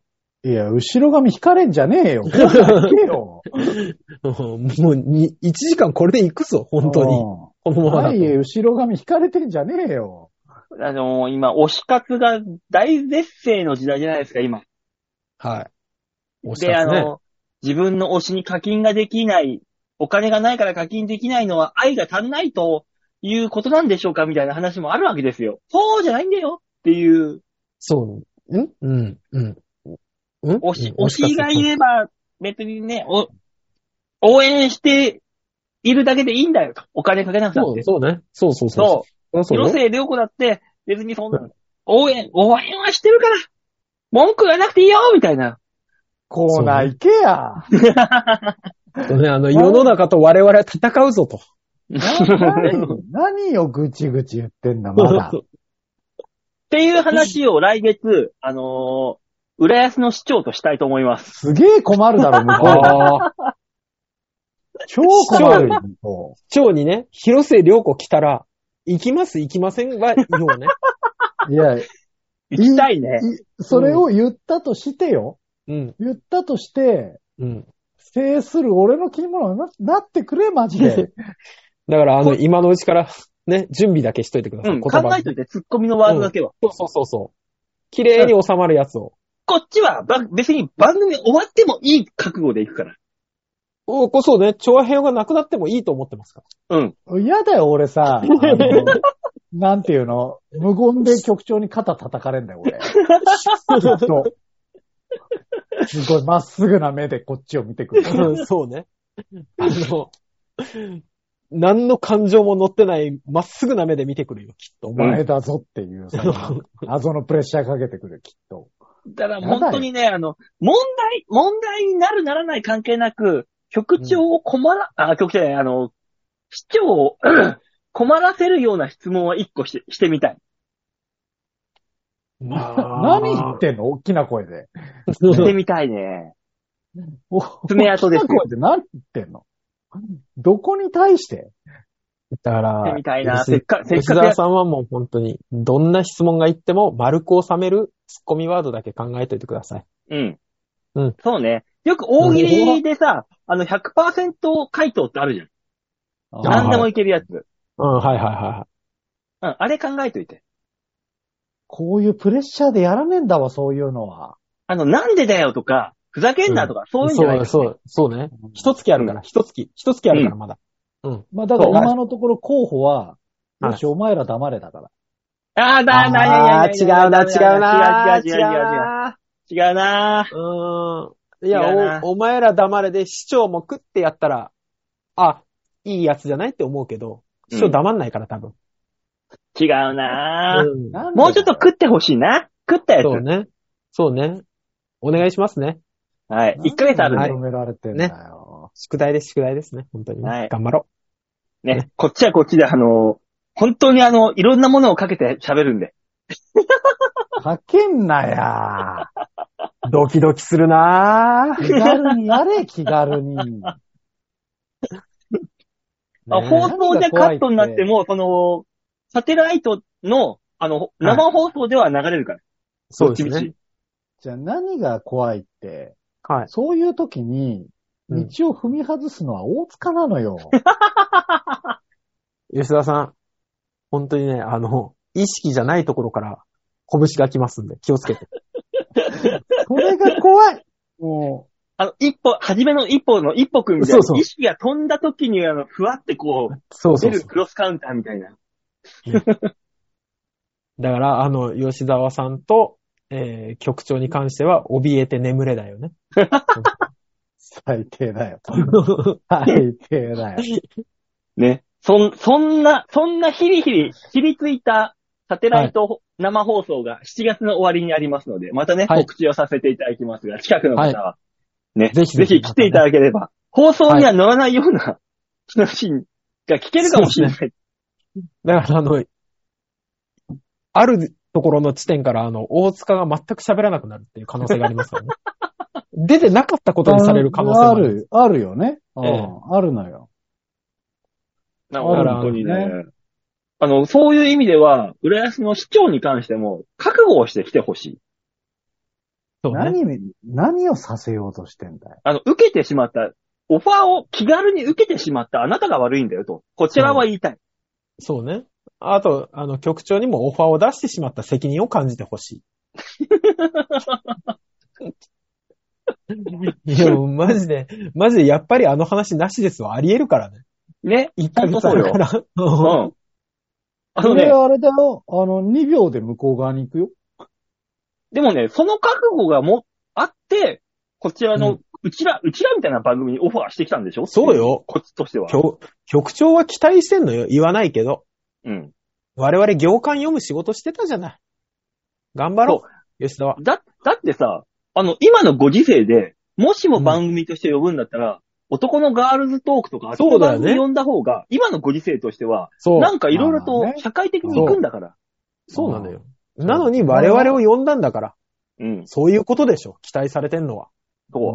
S3: いや、後ろ髪引かれんじゃねえよ。コーナー行けよ。
S2: もう1時間これで行くぞ、本当に。このままだと。
S3: はい、後ろ髪引かれてんじゃねえよ。
S1: 今、推し活が大絶世の時代じゃないですか、今。
S2: はい。
S1: で、自分の推しに課金ができない、お金がないから課金できないのは愛が足んないということなんでしょうかみたいな話もあるわけですよ。そうじゃないんだよっていう。
S2: そう。
S1: 推しがいれば別にね、応援しているだけでいいんだよと。お金かけなくたって。
S2: そうね。そう。
S1: 広末涼子だって別にそんな、応援はしてるから、文句がなくていいよみたいな。
S3: コーナー行けや。
S2: 世の中と我々は戦うぞと。
S3: 何をぐちぐち言ってんだ、まだ。
S1: っていう話を来月、浦安の市長としたいと思います。
S3: すげえ困るだろ、向こう。超困るよ。
S2: 市長にね、広末涼子来たら、行きます行きませんは言おうね。
S3: いや、
S1: 行きたいね。
S3: それを言ったとしてよ。
S2: うん。
S3: 言ったとして、
S2: うん。
S3: 制する俺の気物になってくれ、マジで。
S2: だから、今のうちから、ね、準備だけしといてください。
S1: うん、考えといて、ツッコミのワードだけは。
S2: そう。綺麗に収まるやつを。
S1: こっちは、別に番組終わってもいい覚悟でいくから。
S2: そうね、調和平和がなくなってもいいと思ってますか
S1: ら。うん。
S3: 嫌だよ、俺さ。なんていうの？無言で局長に肩叩かれんだよ、俺。すごい、まっすぐな目でこっちを見てくる。
S2: そうね。何の感情も乗ってない、まっすぐな目で見てくるよ、きっと。
S3: お前だぞっていうさ、謎のプレッシャーかけてくる、きっと。
S1: だから本当にね、問題になるならない関係なく、局長を局長じゃない、市長を困らせるような質問は一個してみたい。
S3: 何言ってんの？大きな声で。
S1: してみたいね。爪痕ですよ。
S3: 大きな声で何言ってんの？どこに対して？
S2: だから、
S1: してみたいな。せっかく。
S2: 吉沢さんはもう本当に、どんな質問が言っても、丸く収めるツッコミワードだけ考えておいてください。
S1: うん。そうね。よく大喜利でさ、100% 回答ってあるじゃん。何でもいけるやつ。
S2: はい。
S1: あれ考えといて。
S3: こういうプレッシャーでやらねえんだわ、そういうのは。
S1: なんでだよとか、ふざけんなとか、そういうんじゃないか、ね。
S2: そうね。一月あるから、一月あるからまだ。
S3: まあだから今のところ候補は、よし、お前ら黙れだから。
S2: 違うな。いや、お前ら黙れで市長も食ってやったら、いいやつじゃないって思うけど、市長黙んないから多分。
S1: 違うなぁ。もうちょっと食ってほしいな。食ったやつ。
S2: そうね。お願いしますね。
S1: はい。1ヶ月あるんで。
S3: 認められてんだ
S2: よ。宿題ですね。本当に。はい。頑張ろ
S1: う。ね。こっちはこっちで本当にいろんなものをかけて喋るんで。
S3: かけんなや。
S2: ドキドキするなぁ。
S3: 気軽にやれ、気軽に。
S1: 放送でカットになっても、サテライトの、生放送では流れるから。
S2: そうですね。
S3: じゃあ何が怖いって、
S2: はい。
S3: そういう時に、道を踏み外すのは大塚なのよ。
S2: 吉田さん、本当にね、意識じゃないところから拳が来ますんで、気をつけて。
S3: それが怖い。も
S1: う。初めの一歩の一歩くんみたいな。意識が飛んだ時にふわって出るクロスカウンターみたいな。
S2: だから、吉沢さんと、局長に関しては、怯えて眠れだよね。
S3: 最低だよ。最低だよ。
S1: ね。そんなヒリついたサテライト生放送が7月の終わりにありますので、またね、告知をさせていただきますが、近くの方は、 ね。ぜひ来ていただければ。放送には乗らないような話が聞けるかもしれない。ね、
S2: だからあるところの地点から大塚が全く喋らなくなるっていう可能性がありますからね。出てなかったことにされる可能性も
S3: あるよね。あるのよ。
S1: だから本当にね。そういう意味では、浦安の市長に関しても、覚悟をして来てほしい。
S2: そうね。
S3: 何をさせようとしてんだよ。
S1: 受けてしまった、オファーを気軽に受けてしまったあなたが悪いんだよと。こちらは言いたい。
S2: そうね。あと、局長にもオファーを出してしまった責任を感じてほしい。いや、マジで、やっぱり話なしですわ。あり得るからね。
S1: ね。
S2: 1ヶ月前から。
S1: うん。
S3: それあれだよ。2秒で向こう側に行くよ。
S1: でもね、その覚悟があって、こちらの、うちらみたいな番組にオファーしてきたんでしょ？
S2: そうよ。
S1: こっちとしては。
S2: 局長は期待してんのよ。言わないけど。
S1: うん。
S2: 我々行間読む仕事してたじゃない。頑張ろう。吉田は。
S1: だってさ、今のご時世で、もしも番組として呼ぶんだったら、男のガールズトークとか、
S2: そうだよね。
S1: 呼んだ方が、今のご時世としては、なんかいろいろと社会的に行くんだから。
S2: そうなのよ。なのに我々を呼んだんだから。
S1: うん。
S2: そういうことでしょ。期待されてんのは。
S3: そう。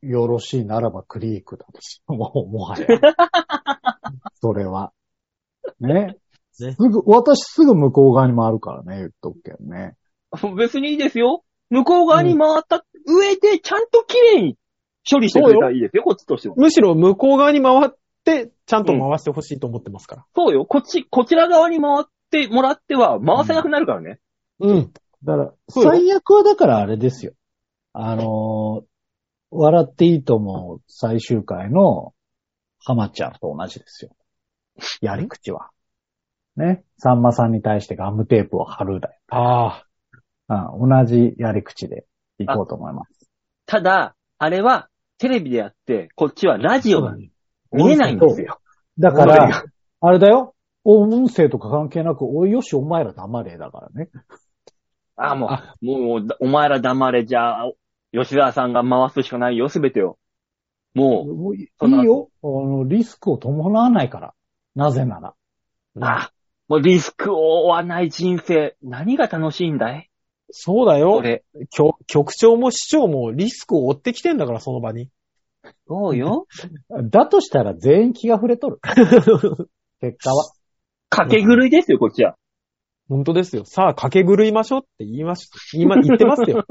S3: よろしいならばクリークだとし。もはや。それは。ね。私すぐ向こう側に回るからね、言っとくけどね。
S1: 別にいいですよ。向こう側に回った上で、ちゃんと綺麗に処理してくれたらいいですよ、こっちとしては。
S2: むしろ向こう側に回って、ちゃんと回してほしいと思ってますから。
S1: そうよ。こちら側に回ってもらっては、回せなくなるからね。
S2: うん。
S3: だから、最悪はだからあれですよ。笑っていいと思う最終回の浜ちゃんと同じですよ。やり口は。ね。さんまさんに対してガムテープを貼るだよ。
S2: あ
S3: あ。同じやり口でいこうと思います。
S1: ただ、あれはテレビでやって、こっちはラジオなんで見えないんですよ。
S3: だから、あれだよ。音声とか関係なく、おいよしお前ら黙れだからね。
S1: もう、お前ら黙れじゃあ、吉沢さんが回すしかないよ、すべてを。もう、
S3: いいよ。リスクを伴わないから。なぜなら。
S1: もうリスクを負わない人生、何が楽しいんだい？
S2: そうだよ。局長も市長もリスクを負ってきてんだから、その場に。
S1: そうよ。
S3: だとしたら全員気が触れとる。結果は。
S1: 賭け狂いですよ、こっちは。
S2: 本当ですよ。さあ、賭け狂いましょうって言ってますよ。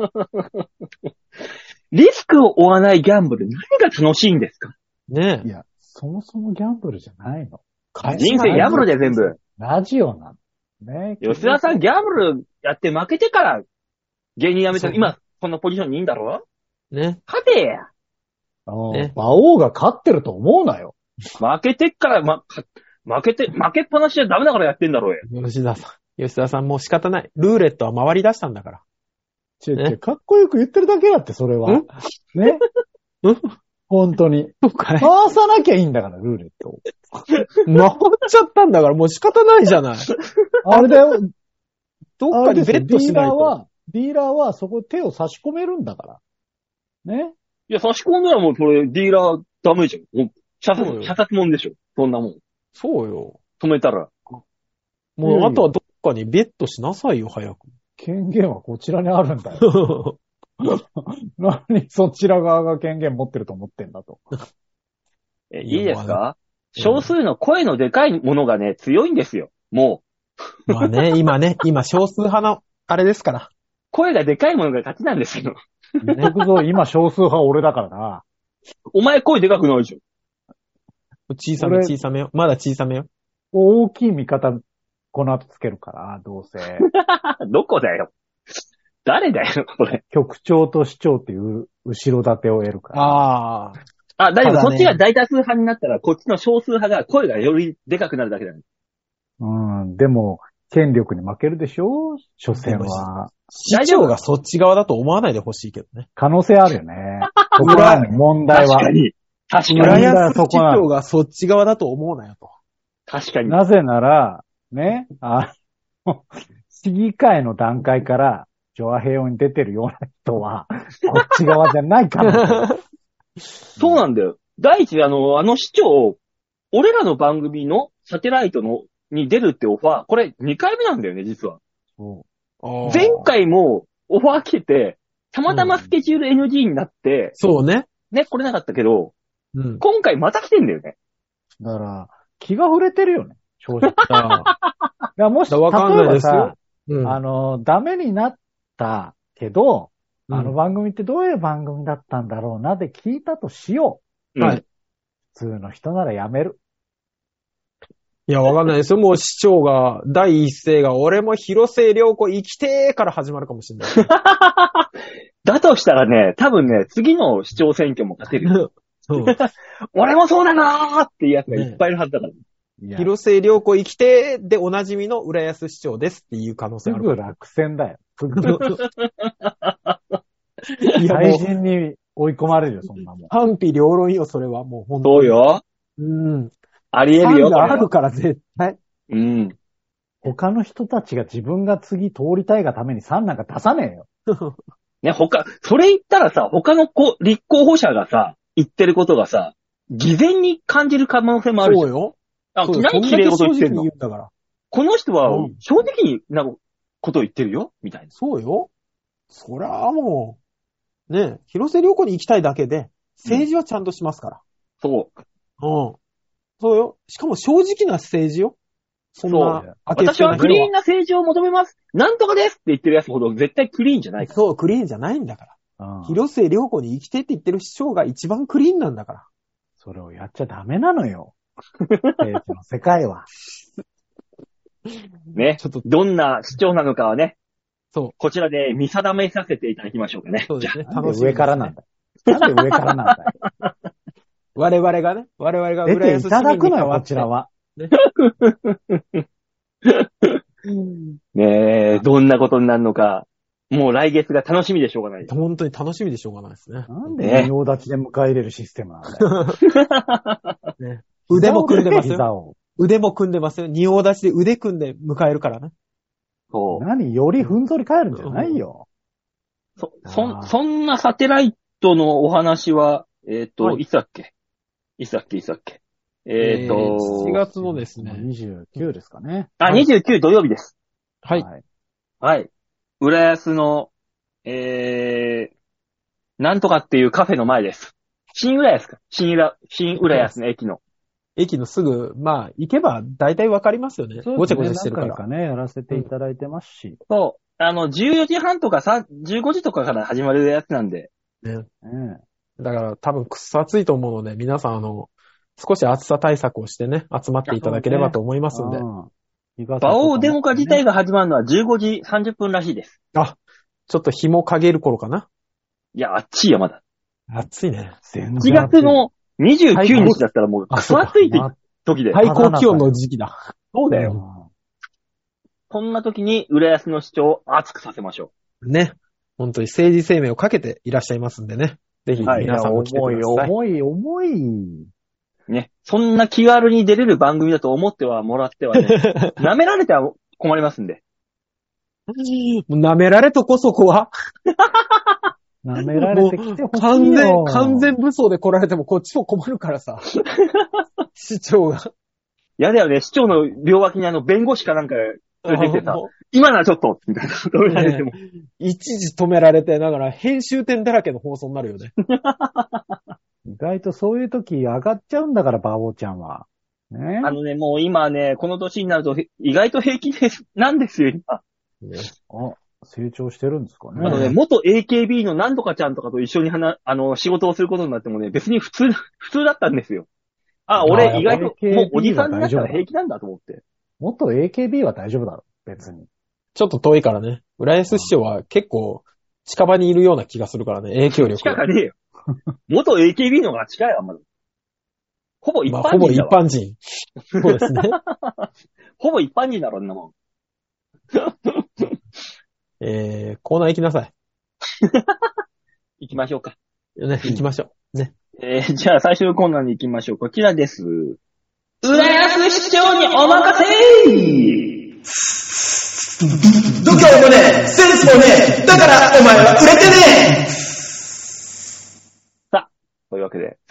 S1: リスクを負わないギャンブル、何が楽しいんですか？
S2: ねえ。
S3: いや、そもそもギャンブルじゃないの。
S1: 人生ギャンブルで全部。
S3: ラジオなの。ね。
S1: 吉田さんギャンブルやって負けてから、芸人辞めたら、今、このポジションにいいんだろ？
S2: ね。
S1: 勝てや。
S3: 馬王が勝ってると思うなよ。
S1: 負けてっから、負けっぱなしじゃダメだからやってんだろうよ。
S2: 吉田さんもう仕方ない。ルーレットは回り出したんだから。
S3: かっこよく言ってるだけだって、それは。ね。本当に。回さなきゃいいんだから、ルーレットを。
S2: 回っちゃったんだから、もう仕方ないじゃない。
S3: あれだよ。
S2: どっかにベットしないと。
S3: ディーラーはそこ手を差し込めるんだから。ね。
S1: いや、差し込んだらもうそれ、ディーラーダメじゃん。射殺もんでしょ。そんなもん。
S2: そうよ。
S1: 止めたら。
S2: もう、あとはどっかにベットしなさいよ、早く。
S3: 権限はこちらにあるんだよ。何そちら側が権限持ってると思ってんだと。
S1: いいですか？少数の声のでかいものがね、強いんですよ。も
S2: う。まあね、今少数派の、あれですから。
S1: 声がでかいものが勝ちなんですよ。
S3: 言ってくぞ、今少数派俺だからな。
S1: お前声でかくないじゃん。
S2: 小さめよ。まだ小さめよ。
S3: 大きい味方、この後つけるから、どうせ。
S1: どこだよ。誰だよ、これ。
S3: 局長と市長っていう後ろ盾を得るから。
S1: 大丈夫。そっちが大多数派になったら、こっちの少数派が声がよりでかくなるだけだね。
S3: でも、権力に負けるでしょ？所詮は。
S2: 市長がそっち側だと思わないでほしいけどね。
S3: 可能性あるよね。そこなの問題は。
S1: 確かに。
S2: 浦安市長がそっち側だと思うなよと。
S1: 確かに。
S3: なぜなら、ね、市議会の段階から、ジョアヘヨに出てるような人は、こっち側じゃないから。
S1: そうなんだよ。第一、市長、俺らの番組のサテライトに出るってオファー、これ2回目なんだよね、実は。前回もオファー来てて、たまたまスケジュール NG になって、
S2: そうね。
S1: ね、来れなかったけど、今回また来てんだよね。
S3: だから、気が触れてるよね、正直。いや、もし、例え
S2: わかんない
S3: ば
S2: ですよ
S3: さ、ダメになったけど、あの番組ってどういう番組だったんだろうなって聞いたとしよう。
S2: はい。
S3: 普通の人ならやめる。
S2: いや、わかんないですよ。もう市長が、第一声が、俺も広末涼子生きてーから始まるかもしれない。
S1: だとしたらね、多分ね、次の市長選挙も勝てるよ。俺もそうだなーっていうやつがいっぱいいるはずだから。
S2: 広末涼子生きてーでおなじみの浦安市長ですっていう可能性ある。
S3: すぐ落選だよ。大臣に追い込まれるよ、そんなもん。
S2: 反否両論よ、それはもう本当に。
S1: そうよ。あり得るよ。
S2: あるから絶対。
S3: 他の人たちが自分が次通りたいがために3なんか出さねえよ。
S1: ね、それ言ったらさ、他の立候補者がさ、言ってることがさ、偽善に感じる可能性もあるじゃん。
S2: そうよ。
S1: 何綺麗事言ってんの？
S2: 言うんだから。
S1: この人は正直なことを言ってるよみたいな。
S2: そうよ。そりゃあもう、ね、広末涼子に行きたいだけで、政治はちゃんとしますから。
S1: そう。
S2: そうよ。しかも正直な政治よ。そんな。
S1: 私はクリーンな政治を求めます。なんとかですって言ってるやつほど絶対クリーンじゃないから。
S2: そう、クリーンじゃないんだから。広末涼子に生きてって言ってる市長が一番クリーンなんだから。
S3: それをやっちゃダメなのよ。政治の世界は。
S1: ね。ちょっとどんな市長なのかはね。
S2: そう。
S1: こちらで見定めさせていただきましょうかね。
S2: そうですね。
S3: なんで上からなんだ。なんで上からなんだよ。
S2: 我々が
S3: 出ていただくのよ、こちらは。
S1: ねえ、どんなことになるのか、もう来月が楽しみでしょうがない。
S2: 本当に楽しみでしょうがないですね。
S3: なんで仁王立ちで迎え入れるシステムなんだよ。
S2: ね、腕も組んでますよ。腕も組んでますよ。仁王立ちで腕組んで迎えるからね。
S3: そう。何よりふんぞり返るんじゃないよ。
S1: そんなサテライトのお話は、いつだっけ
S2: 7月のですね。
S3: 29ですかね。
S1: 29土曜日です。
S2: はい。
S1: はい。浦安の、なんとかっていうカフェの前です。新浦安か。新浦安の駅の。
S2: 駅のすぐ、行けば大体わかりますよね。ごちゃごちゃしてるから。
S3: 何回かね、やらせていただいてますし。
S1: そう。14時半とか15時とかから始まるやつなんで。
S2: ね。だから多分くっそ暑いと思うので、皆さん少し暑さ対策をしてね、集まっていただければと思いますんで。
S1: 馬王デモカ自体が始まるのは15時30分らしいです。
S2: ちょっと日も陰る頃かな。
S1: いや、暑いよ、まだ。
S2: 暑いね。
S1: 1月の29日だったらもうくそ暑い時で。
S2: 最高気温の時期だ。
S1: そうだよ。こんな時に浦安の市長を熱くさせましょ
S2: う。ね。本当に政治生命をかけていらっしゃいますんでね。ぜひ皆さんも来てください。
S3: 重い。
S1: ね。そんな気軽に出れる番組だと思ってはもらってはね。舐められては困りますんで。
S2: 舐められとこそこは。
S3: 舐められてきてほしいよ。
S2: 完全武装で来られてもこっちも困るからさ。市長が。
S1: やだよね。市長の両脇に弁護士かなんか連れてきてさ、今ならちょっと、みたいなことを言われても。
S2: 一時止められて、だから編集点だらけの放送になるよね。
S3: 意外とそういう時上がっちゃうんだから、バオちゃんは。ね。
S1: もう今ね、この年になると意外と平気なんですよ、今。
S3: 成長してるんですかね。
S1: 元 AKB のなんとかちゃんとかと一緒に仕事をすることになってもね、別に普通だったんですよ。俺意外と、もうおじさんになったら平気なんだと思って。
S3: 元 AKB は大丈夫だろ、別に。
S2: ちょっと遠いからね。浦安市長は結構近場にいるような気がするからね、影響力。
S1: 近かねえよ。元 AKB の方が近いわ、まだ。ほぼ一般人だわ。
S2: ほぼ一般人。そうですね。
S1: ほぼ一般人だろ、んなもん。
S2: コーナー行きなさい。
S1: 行きましょうか。
S2: ね、行きましょう。ね。
S1: じゃあ最終コーナーに行きましょう。こちらです。浦安市長にお任せ
S4: 度胸もねえ、センスもねえ、だからお前は売れてねえ。
S1: さあ、というわ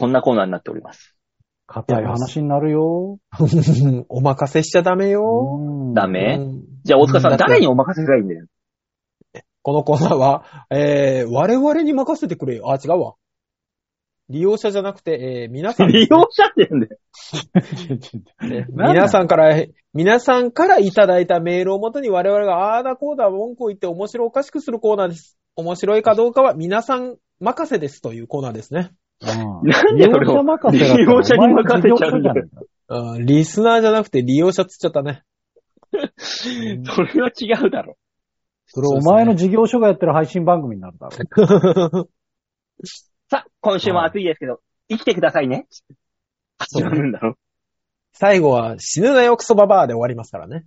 S1: んなコーナーになっております。
S3: 硬い話になるよ。
S2: お任せしちゃダメよ。
S1: ダメ？じゃあ大塚さん誰にお任せがいいんだよ。
S2: このコーナーは、我々に任せてくれよ。あ、違うわ。利用者じゃなくて、皆さん、
S1: 利用者って言うんだよ。
S2: 皆さんからいただいたメールをもとに我々があーだこーだ文句を言って面白おかしくするコーナーです。面白いかどうかは皆さん任せですというコーナーですね。
S1: なんでそれを利用者に任せちゃうんだよ。
S2: リスナーじゃなくて利用者つっちゃったね。
S1: それは違うだろ。
S3: それお前の事業所がやってる配信番組になるだろ。
S1: さあ、今週も暑いですけど、生きてくださいね。始まるんだろ。
S2: 最後は死ぬなよクソババアで終わりますからね。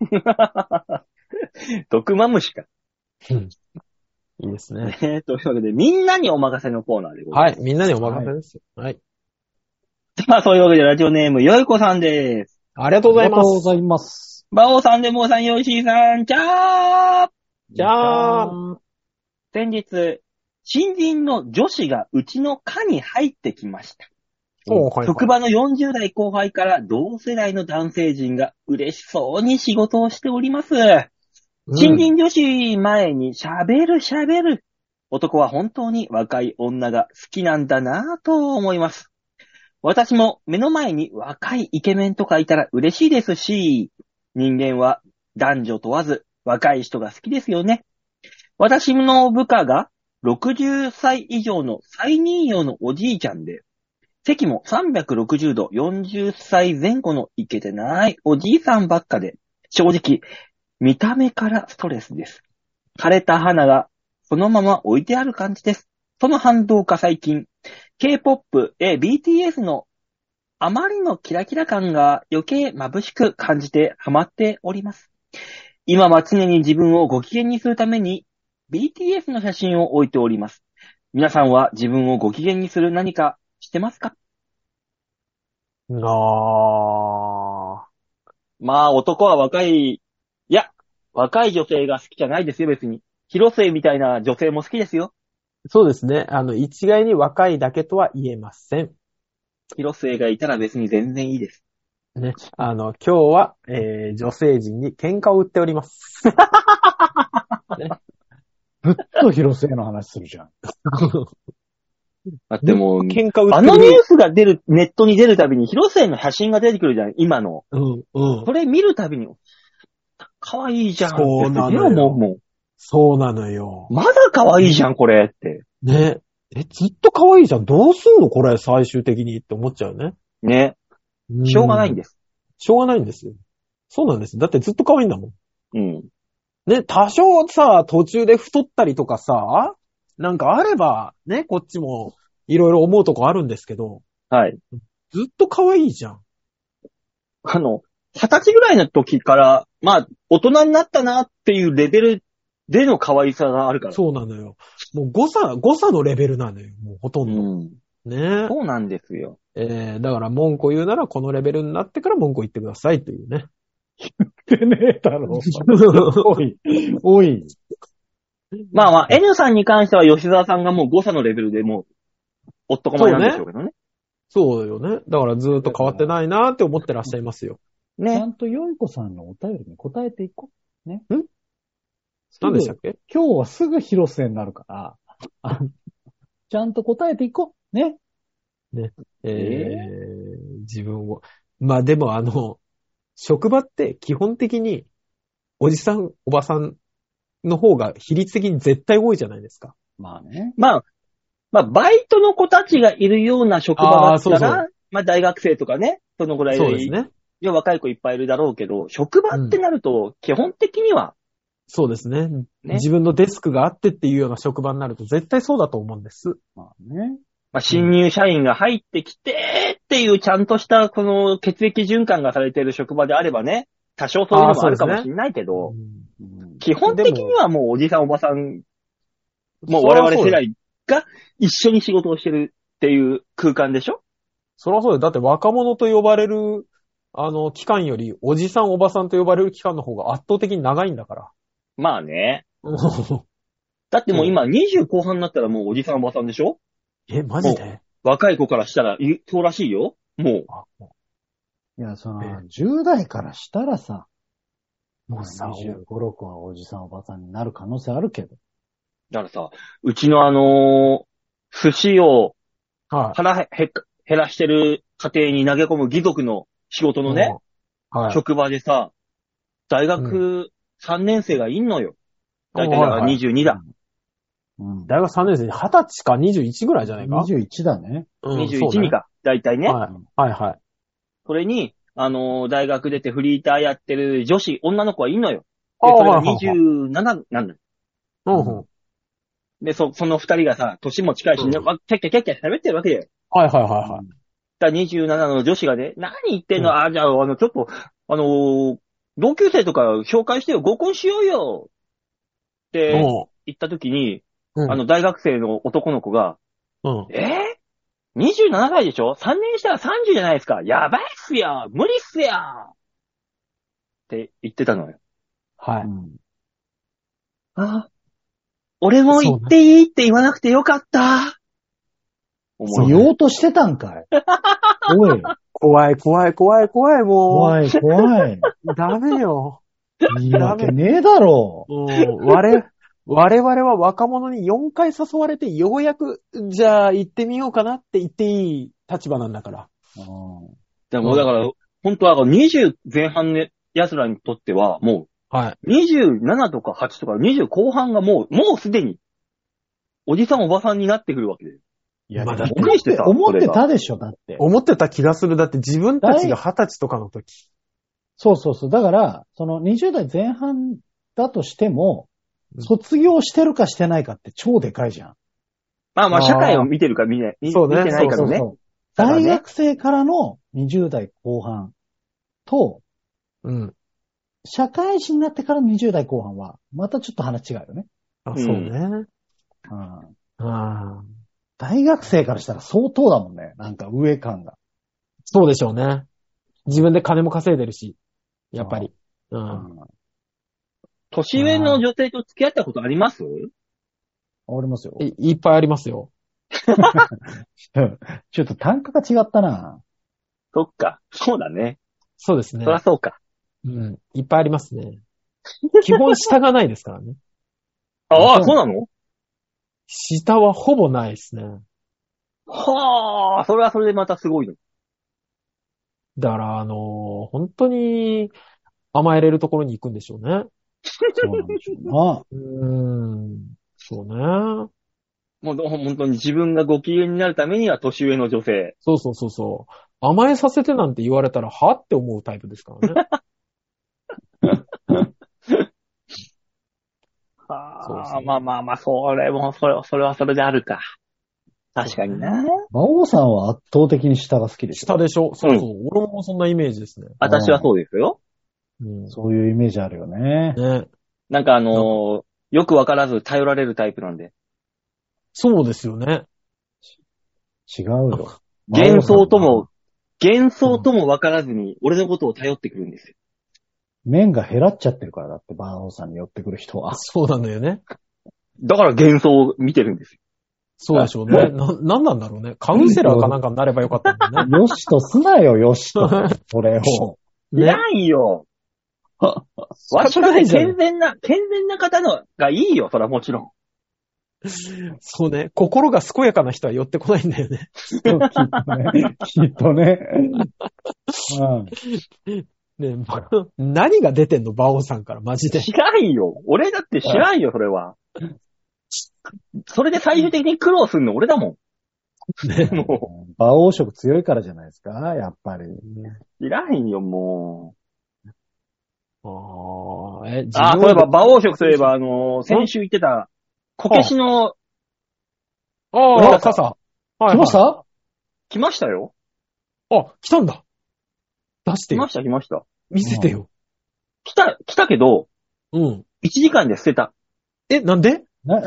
S1: 毒マムシか。
S2: いいですね。
S1: というわけで、みんなにお任せのコーナーでございます。
S2: はい、みんなにお任せですよ。はい。
S1: さあ、そういうわけでラジオネーム、よいこさんです。
S2: ありがとうございます。
S3: ありがとうございます。
S1: バオさん、デモさん、ヨッシーさん、チャー
S2: じゃあ、
S1: 先日、新人の女子がうちの課に入ってきました。職場の40代後輩から同世代の男性陣が嬉しそうに仕事をしております。新人女子前に喋る。男は本当に若い女が好きなんだなぁと思います。私も目の前に若いイケメンとかいたら嬉しいですし、人間は男女問わず若い人が好きですよね。私の部下が60歳以上の最年用のおじいちゃんで、席も360度40歳前後のイケてないおじいさんばっかで、正直、見た目からストレスです。枯れた花がそのまま置いてある感じです。その反動か最近、K-POP、BTS のあまりのキラキラ感が余計眩しく感じてハマっております。今は常に自分をご機嫌にするために BTS の写真を置いております。皆さんは自分をご機嫌にする何かしてますか？まあ男は若い女性が好きじゃないですよ別に。広末みたいな女性も好きですよ。
S2: そうですね。一概に若いだけとは言えません。
S1: 広末がいたら別に全然いいです。
S2: ね。今日は、女性陣に喧嘩を売っております。
S3: ね、ずっと広末の話するじゃん。
S1: だってもう、
S2: 喧嘩売ってる。
S1: あのニュースがネットに出るたびに広末の写真が出てくるじゃん、今の。それ見るたびに、可愛いじゃん。
S2: そうなのよ。もう。そうなのよ。
S1: まだ可愛いじゃん、これって。
S2: ね。ずっと可愛いじゃん。どうすんのこれ、最終的にって思っちゃうね。
S1: ね。しょうがないんです。
S2: しょうがないんですよ。そうなんです。だってずっと可愛いんだもん。
S1: うん。
S2: ね、多少さ、途中で太ったりとかさ、なんかあれば、ね、こっちもいろいろ思うとこあるんですけど。
S1: はい。
S2: ずっと可愛いじゃん。
S1: 20歳ぐらいの時から、まあ、大人になったなっていうレベルでの可愛さがあるから。
S2: そうなのよ。もう誤差のレベルなのよ。もうほとんど。ね。
S1: そうなんですよ。
S2: だから文句を言うならこのレベルになってから文句を言ってくださいというね。
S3: 言ってねえだろ。おい。
S1: まあまあ、N さんに関しては吉沢さんがもう誤差のレベルでもう、おっとこまりなんでしょうけどね。
S2: そうよね。だからずっと変わってないなーって思ってらっしゃいますよ。
S3: ね。ちゃんとよいこさんのお便りに答えていこう。ね。
S2: 何でしたっけ？
S3: 今日はすぐ広瀬になるから、ちゃんと答えていこう。ね。
S2: ね。自分を。まあでも職場って基本的に、おじさん、おばさんの方が比率的に絶対多いじゃないですか。
S3: まあね。
S1: まあ、バイトの子たちがいるような職場だったら、まあ大学生とかね、そのぐらい。
S2: そうですね。
S1: いや、若い子いっぱいいるだろうけど、職場ってなると、基本的には、
S2: そうですね。自分のデスクがあってっていうような職場になると絶対そうだと思うんです。
S3: まあね。
S1: まあ、新入社員が入ってきてっていうちゃんとしたこの血液循環がされている職場であればね、多少そういうのもあるかもしれないけど、基本的にはもうおじさんおばさん、もう我々世代が一緒に仕事をしてるっていう空間でしょ？
S2: そりゃそうだよ。だって若者と呼ばれる、期間よりおじさんおばさんと呼ばれる期間の方が圧倒的に長いんだから。
S1: まあね。だってもう今20後半になったらもうおじさんおばさんでしょ？
S2: マジで？
S1: 若い子からしたら、そうらしいよ。もう。
S3: いや、10代からしたらさ、
S2: もうさ、
S3: 25、6はおじさんおばさんになる可能性あるけど。
S1: だからさ、うちの寿司を
S2: はい。
S1: 腹減らしてる家庭に投げ込む義族の仕事のね、
S2: はい。
S1: 職場でさ、大学3年生がいんのよ。だいたいだから22だ。
S2: 大学3年生に20歳か21ぐらいじゃないか
S3: ?21 だね。
S1: 21にか。だいたいね。
S2: はい。
S1: それに、大学出てフリーターやってる女の子はいんのよ。で、それが27なんだよ。で、その二人がさ、年も近いし、キャッキャ喋ってるわけよ。
S2: はい。
S1: だ27の女子がね、何言ってんの、じゃあ、ちょっと、同級生とか紹介してよ、合コンしようよって言った時に、大学生の男の子が、27歳でしょ ?3 年したら30じゃないですか。やばいっすよ無理っすよって言ってたのよ。
S2: はい。
S1: 俺も言っていいって言わなくてよかった。
S3: 言おうとしてたんかい。おい。
S2: 怖い、もう。
S3: 怖い。
S2: ダメよ。
S3: いいわけねえだろ。
S2: 我々は若者に4回誘われて、ようやく、じゃあ行ってみようかなって言っていい立場なんだから。
S1: でもだから、本当は20前半の奴らにとっては、もう、27とか8とか20後半がもうすでに、おじさんおばさんになってくるわけで。
S3: いや、だって思ってたでしょ、だって。
S2: 思ってた気がする。だって自分たちが20歳とかの時。
S3: そう。だから、20代前半だとしても、卒業してるかしてないかって超でかいじゃん。
S1: まあ、社会を見てるか見てないからね。
S3: 大学生からの20代後半と、社会人になってからの20代後半は、またちょっと話違うよね。
S2: そうね。
S3: 大学生からしたら相当だもんね。なんか上感が。
S2: そうでしょうね。自分で金も稼いでるし。やっぱり。
S1: 年上の女性と付き合ったことあります？
S3: ありますよ。
S2: いっぱいありますよ。
S3: ちょっと単価が違ったな。
S1: そっか。そうだね。
S2: そうですね。
S1: そりゃそうか。
S2: いっぱいありますね。基本下がないですからね。
S1: そうなの？
S2: 下はほぼないですね。
S1: はあ、それはそれでまたすごいの。
S2: だから本当に甘えれるところに行くんでしょうね。
S3: そうなんでしょうな。
S2: そうね。
S1: もう本当に自分がご機嫌になるためには年上の女性。
S2: そう。甘えさせてなんて言われたらはって思うタイプですからね。
S1: まあ、それはそれであるか。確かにな。
S3: 馬王さんは圧倒的に下が好きでしょ。
S2: 下でしょ。そう。俺もそんなイメージですね。
S1: 私はそうですよ。
S3: そういうイメージあるよね。
S1: なんかよくわからず頼られるタイプなんで。
S2: そうですよね。
S3: 違うよ。
S1: 幻想ともわからずに俺のことを頼ってくるんですよ。
S3: 面が減らっちゃってるからだって、馬王さんに寄ってくる人は。
S2: そうなんだよね。
S1: だから幻想を見てるんですよ。
S2: そうでしょうね。なんなんだろうね。カウンセラーかなんかになればよかったんだね。
S3: よしとすなよ、よしと。それを。
S1: いないよ。わしが健全な方のがいいよ、それはもちろん。
S2: そうね。心が健やかな人は寄ってこないんだよね。
S3: きっとね。
S2: ね、何が出てんの馬王さんから、マジで。
S1: 知らんよ。俺だって知らんよ、それは。それで最終的に苦労するの俺だもん。
S2: ね、
S3: もう。馬王色強いからじゃないですか、やっぱり。
S1: 知らんよ、もう。
S2: そう
S1: いえば、馬王色といえば、先週言ってた、こけしの、
S2: 傘。
S3: 来ました？
S1: 来ましたよ。
S2: 来たんだ。出してよ。
S1: 来ました。
S2: 見せてよ。
S1: 来たけど、1時間で捨てた。
S2: なんで？
S3: なん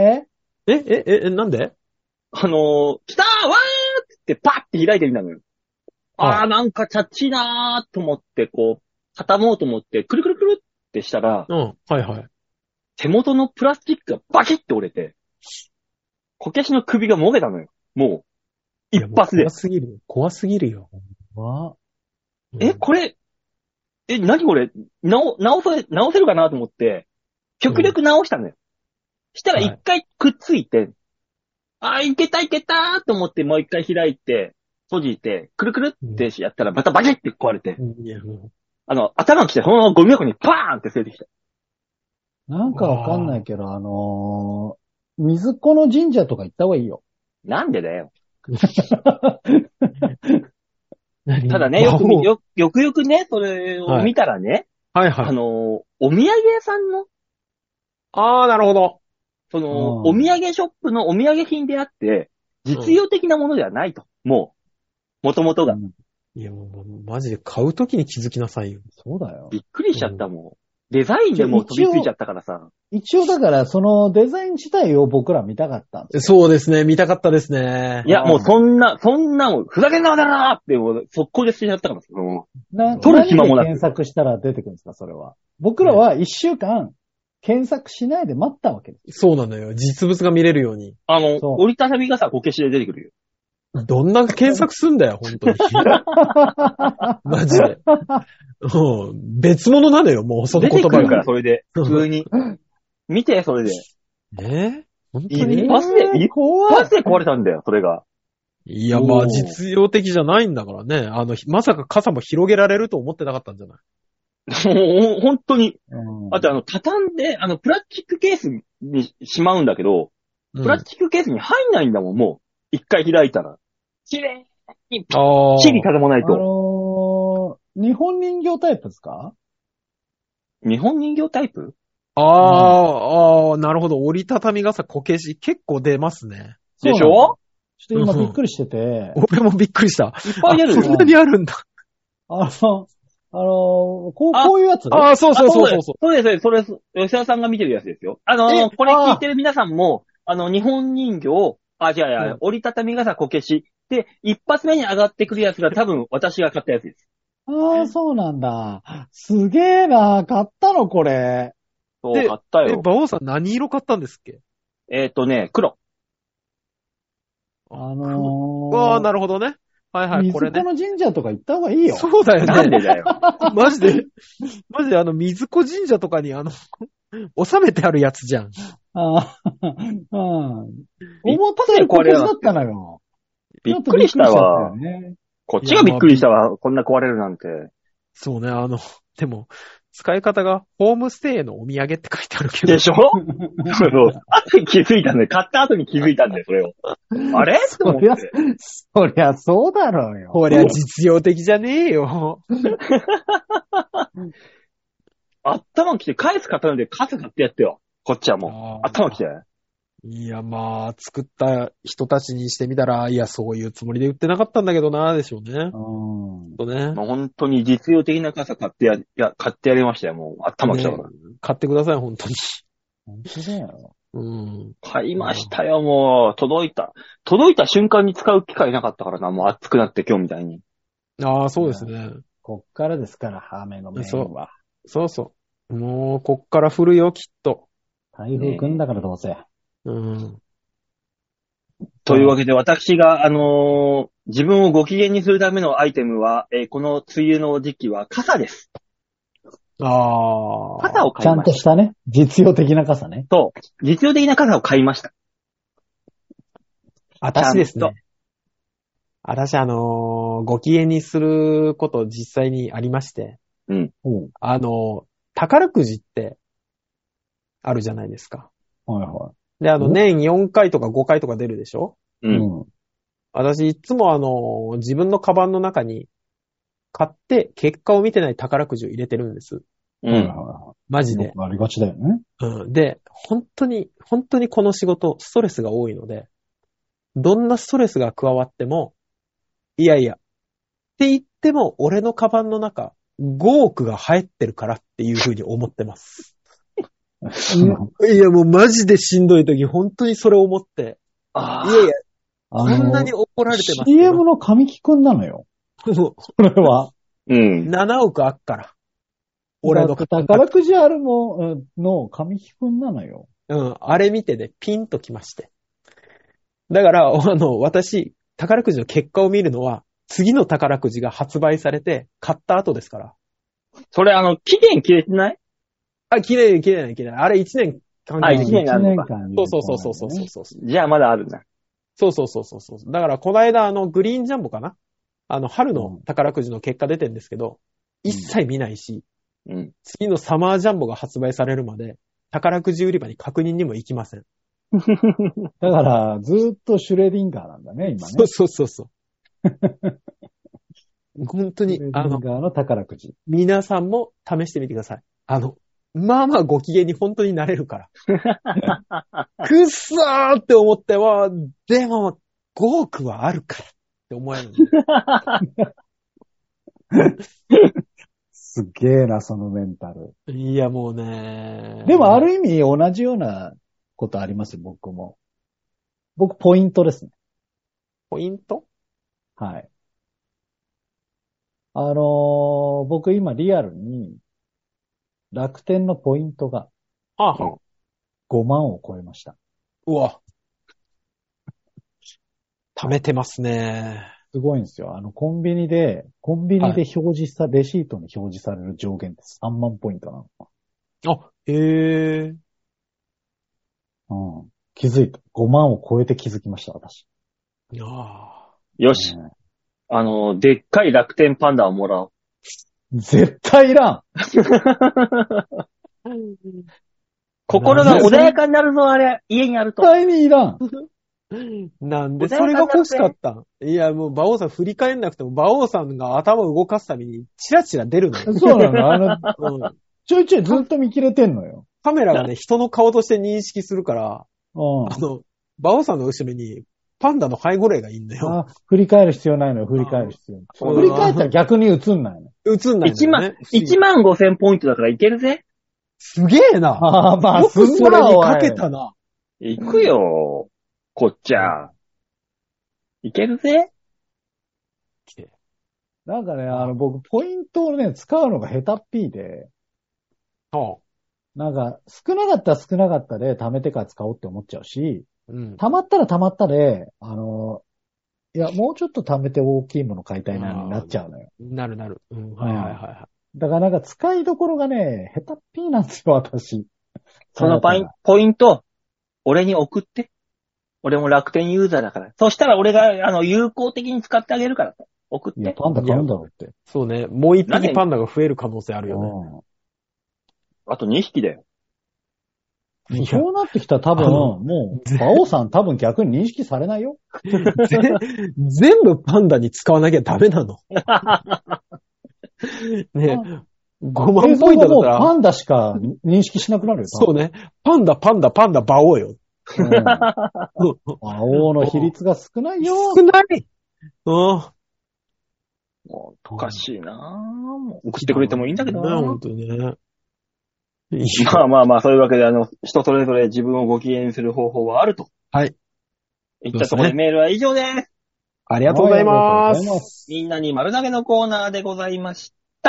S3: で？
S1: 来たーわーってパッて開いてみたのよ。なんかチャッチーなーと思って、こう、畳もうと思って、くるくるくるってしたら、手元のプラスチックがバキッて折れて、こけしの首がもげたのよ。もう、 一発で。
S2: 怖すぎるよ。
S1: これ、何これ、直せるかなと思って、極力直したのよ。したら一回くっついて、いけたーと思ってもう一回開いて、閉じて、くるくるってやったらまたバキッって壊れて、
S2: いやも
S1: 頭が来て、そのままゴミ箱にパーンって捨ててきた。
S3: なんかわかんないけど、水子の神社とか行った方がいいよ。
S1: なんでだよ。ただね、よくよくね、それを見たらね、
S2: はいはい。
S1: お土産屋さんの、
S2: なるほど。
S1: お土産ショップのお土産品であって、実用的なものではないと。もともとが。
S2: いや、もう、マジで買うときに気づきなさいよ。
S3: そうだよ。
S1: びっくりしちゃったもん。デザインでもう飛びついちゃったからさ。
S3: 一応だから、そのデザイン自体を僕ら見たかったんです
S2: よ。そうですね、見たかったですね。
S1: いや、もうそんなもん、ふざけんなだなーって、もう速攻で捨てちゃったからさ。取る暇もなく。
S3: 検索したら出てくるんですか、それは。僕らは一週間、検索しないで待ったわけです。
S2: そうなのよ。実物が見れるように。
S1: 折りたたみ傘こけしで出てくるよ。
S2: どんな検索すんだよ、本当に。マジで。別物なのよ、もうその言葉が。
S1: 出てくるから、それで。普通に。見て、それで。
S2: 本当に
S1: 一発で壊れたんだよ、それが。
S2: いや、まあ、実用的じゃないんだからね。まさか傘も広げられると思ってなかったんじゃない？
S1: もう、本当に。あと、畳んで、プラスチックケースにしまうんだけど、プラスチックケースに入んないんだもん、もう。一回開いたら。きれいに、ぴっちり畳まないと。
S3: 日本人形タイプですか？
S1: 日本人形タイプ？
S2: なるほど。折りたたみ傘こけし結構出ますね。
S1: でしょ？
S3: ちょっと今びっくりしてて。
S2: 俺もびっくりした。
S1: いっぱい出る。
S2: そんなにあるんだ。
S3: こういうやつ？
S2: そう。
S1: そうです。それ、吉田さんが見てるやつですよ。これ聞いてる皆さんも、日本人形、折りたたみ傘こけし。で、一発目に上がってくるやつが多分私が買ったやつです。
S3: そうなんだ。すげえな。買ったのこれ。
S1: そう、買ったよ。
S2: 馬王さん何色買ったんですっけ？
S1: 黒。
S2: なるほどね。はいはい、これね。
S3: 水子の神社とか行った方がいいよ。
S2: そうだよね。
S1: なんでだよ。
S2: マジで水子神社とかに収めてあるやつじゃん。
S3: 思ったよりこれだったのよ。
S1: びっくりしたわ。こっちがびっくりしたわ。こんな壊れるなんて。
S2: そうね、でも、使い方が、ホームステイのお土産って書いてあるけど。
S1: でしょ？後に気づいたんだよ。買った後に気づいたんだよ、それを。あれって思って。
S3: そりゃそうだろうよ。
S2: こりゃ実用的じゃねえよ。
S1: 頭きて返す方なんで傘買ってやってよ。こっちはもう。頭きて。
S2: いや、まあ、作った人たちにしてみたら、いや、そういうつもりで売ってなかったんだけどな、でしょうね。
S1: 本当に実用的な傘買ってやりましたよ、もう。頭きたから。
S2: 買ってください、本当に。
S3: 本当だよ。
S1: 買いましたよ、もう。届いた瞬間に使う機会なかったからな、もう暑くなって今日みたいに。
S2: そうですね。
S3: こっからですから、雨の面は。
S2: そう。もう、こっから降るよ、きっと。
S3: 台風来んだからどうせ。
S1: というわけで、私が、自分をご機嫌にするためのアイテムは、この梅雨の時期は傘です。傘を買いました。
S3: ちゃんとしたね。実用的な傘ね。
S1: そう。実用的な傘を買いました。
S2: 私ですね。私、ご機嫌にすること実際にありまして。宝くじって、あるじゃないですか。
S3: はいはい。
S2: で、年4回とか5回とか出るでしょ？私、いつも自分のカバンの中に、買って結果を見てない宝くじを入れてるんです。マジで。
S3: ありがちだよね。
S2: で、本当にこの仕事、ストレスが多いので、どんなストレスが加わっても、いや、って言っても、俺のカバンの中、5億が入ってるからっていうふうに思ってます。いや、もうマジでしんどい時、本当にそれを思って。そんなに怒られてますよ。
S3: CM の神木くんなのよ。それは。
S2: 7億あっから。俺の
S3: 宝くじあるもの神木くんなのよ。
S2: あれ見てね、ピンときまして。だから、私、 宝くじの結果を見るのは、次の宝くじが発売されて、買った後ですから。
S1: それ期限切れてない？
S2: 切れない。あれ1年間。
S1: 1年あるのか。
S2: そう。
S1: じゃあまだあるんだ。
S2: そう。だから、この間、グリーンジャンボかな？春の宝くじの結果出てるんですけど、一切見ないし、次のサマージャンボが発売されるまで、宝くじ売り場に確認にも行きません。
S3: だから、ずーっとシュレディンガーなんだね、今ね。
S2: そう。本当に、
S3: シュレディンガーの宝くじ。
S2: 皆さんも試してみてください。まあまあご機嫌に本当になれるから。くっそーって思っては、でも、5億はあるからって思える。
S3: すげえな、そのメンタル。
S2: いや、もうね。
S3: でも、ある意味同じようなことありますよ、僕も。僕、ポイントですね。
S2: ポイント？
S3: はい。僕今リアルに、楽天のポイントが、5万を超えました。
S2: うわ。貯めてますね。
S3: すごいんですよ。コンビニで表示した、レシートに表示される上限って3万ポイントなの。
S2: へえ。
S3: 気づいた。5万を超えて気づきました、私。
S1: よし。でっかい楽天パンダをもらおう。
S3: 絶対いらん
S1: 心が穏やかになるぞ、あれ。家にあると。
S3: 絶対にいらん。
S2: なんでそれが欲しかったん？いや、もう、馬王さん振り返んなくても、馬王さんが頭を動かすために、チラチラ出るのよ。
S3: そうなの。ちょいちょいずっと見切れてんのよ。
S2: カメラがね、人の顔として認識するから、馬王さんの後ろに、パンダの背後霊がいいんだよ。
S3: 振り返る必要ないのよ、振り返る必要。振り返ったら逆に映んないの。
S2: 映んないのね。
S1: 1万5000ポイントだからいけるぜ。
S2: すげえな。
S3: まあ、
S2: よくそれにかけたな。
S1: 行くよ。こっちゃ。いけるぜ。
S3: なんかね、僕、ポイントをね、使うのが下手っぴーで。なんか、少なかったで、貯めてから使おうって思っちゃうし、貯まったら貯まったで、いや、もうちょっと貯めて大きいもの買いたいな、になっちゃうのよ。
S2: なる。はい。
S3: だからなんか使いどころがね、下手っぴーなんですよ、私。
S1: そのポイント、俺に送って。俺も楽天ユーザーだから。そしたら俺が、有効的に使ってあげるから。送って。
S3: いや、パンダ買うんだろうって。
S2: そうね。もう一匹パンダが増える可能性あるよね。
S1: あと2匹だよ。
S3: そうなってきたら多分、もう、馬王さん多分逆に認識されないよ。
S2: 全部パンダに使わなきゃダメなの。ねえ。5万ポイントだったら。
S3: パンダしか認識しなくなるよ。
S2: そうね。パンダ、馬王よ。
S3: 馬王の比率が少ないよ。
S2: 少ない。
S1: もう、おかしいなぁ。送ってくれてもいいんだけどな。
S2: 本当にね。
S1: まあ、そういうわけで、人それぞれ自分をご機嫌にする方法はあると。
S2: はい。
S1: いったところでメールは以上です。
S2: ありがとうございます。
S1: みんなに丸投げのコーナーでございました。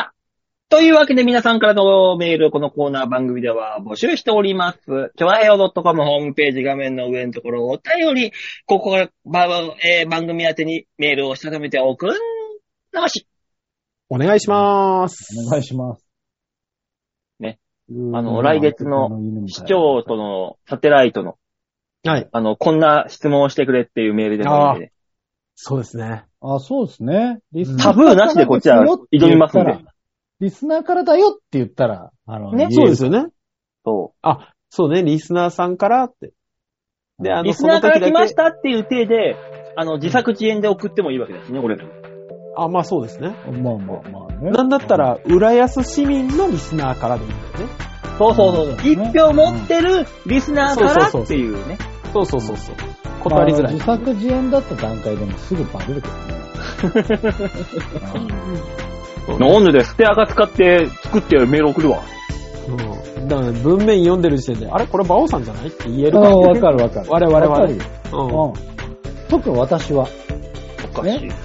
S1: というわけで皆さんからのメールをこのコーナー番組では募集しております。ちょわへよ .com ホームページ画面の上のところお便り、ここから番組宛てにメールをしたためておくんなし。
S2: お願いします。
S3: お願いします。
S1: ね。来月の市長とのサテライトの、
S2: はい。
S1: こんな質問をしてくれっていうメールでもいいんでね。
S2: そうですね。
S3: そうですね。
S1: タブーなしでこっちは挑みますんで。
S3: リスナーからだよって言ったら、
S2: ね、そうですよね。
S1: そう。
S2: そうね、リスナーさんからって。
S1: で、リスナーから来ましたっていう体で、自作自演で送ってもいいわけですね、俺ら。
S2: まあそうですね。
S3: まあね。
S2: なんだったら、浦安市民のリスナーからでいいんだよね。
S1: そう。一票持ってるリスナーからっていうね。
S2: そう。断りづらい。
S3: 自作自演だった段階でもすぐバレるけどね。
S1: なんでだよ、ステアが使って作ってメール送るわ。
S2: だから文面読んでる時点で、あれこれ馬王さんじゃないって言えるから。
S3: わかる。
S2: 我々はね。
S3: 特に私は。
S1: おかしい。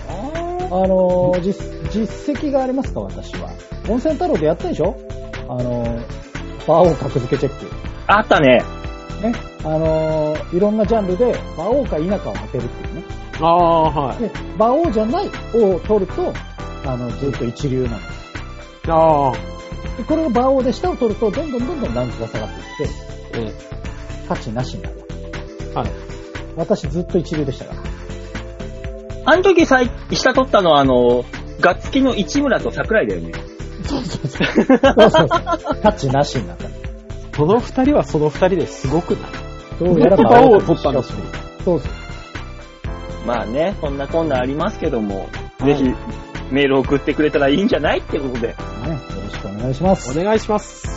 S3: 実績がありますか、私は。温泉太郎でやったでしょ？馬王格付けチェック。
S1: あったね。
S3: ね。 いろんなジャンルで、馬王か否かを当てるっていうね。
S2: はい。
S3: で、馬王じゃない王を取ると、ずっと一流なの。で、これが馬王で下を取ると、どんどんランクが下がっていって、価値なしになる。はい。私ずっと一流でしたから。
S1: あの時下取ったのはガッツキの市村と桜井だよね。
S3: そう。価値なしになった。
S2: その二人はその二人ですごくない？
S3: どうやら
S2: 馬王を取ったんですよ。
S3: そう。
S1: まあね、そんなこんなありますけども、ぜひメールを送ってくれたらいいんじゃないってことで。ね、よ
S3: ろしくお願いします。
S2: お願いします。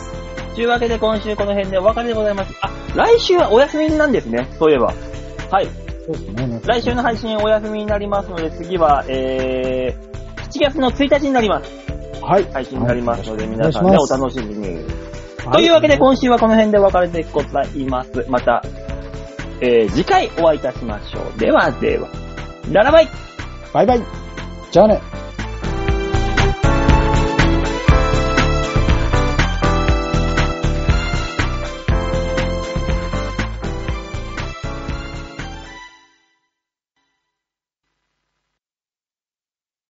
S1: というわけで今週この辺でお別れでございます。来週はお休みなんですね、そういえば。はい。
S3: そうですね。
S1: 来週の配信お休みになりますので、次は、7月の1日になります。
S2: はい。
S1: 配信になりますので、皆さんね、お楽しみに。というわけで今週はこの辺でお別れでございます。また、次回お会いいたしましょう。ではでは。ララバイ。
S2: バイバイ。
S3: じゃあね。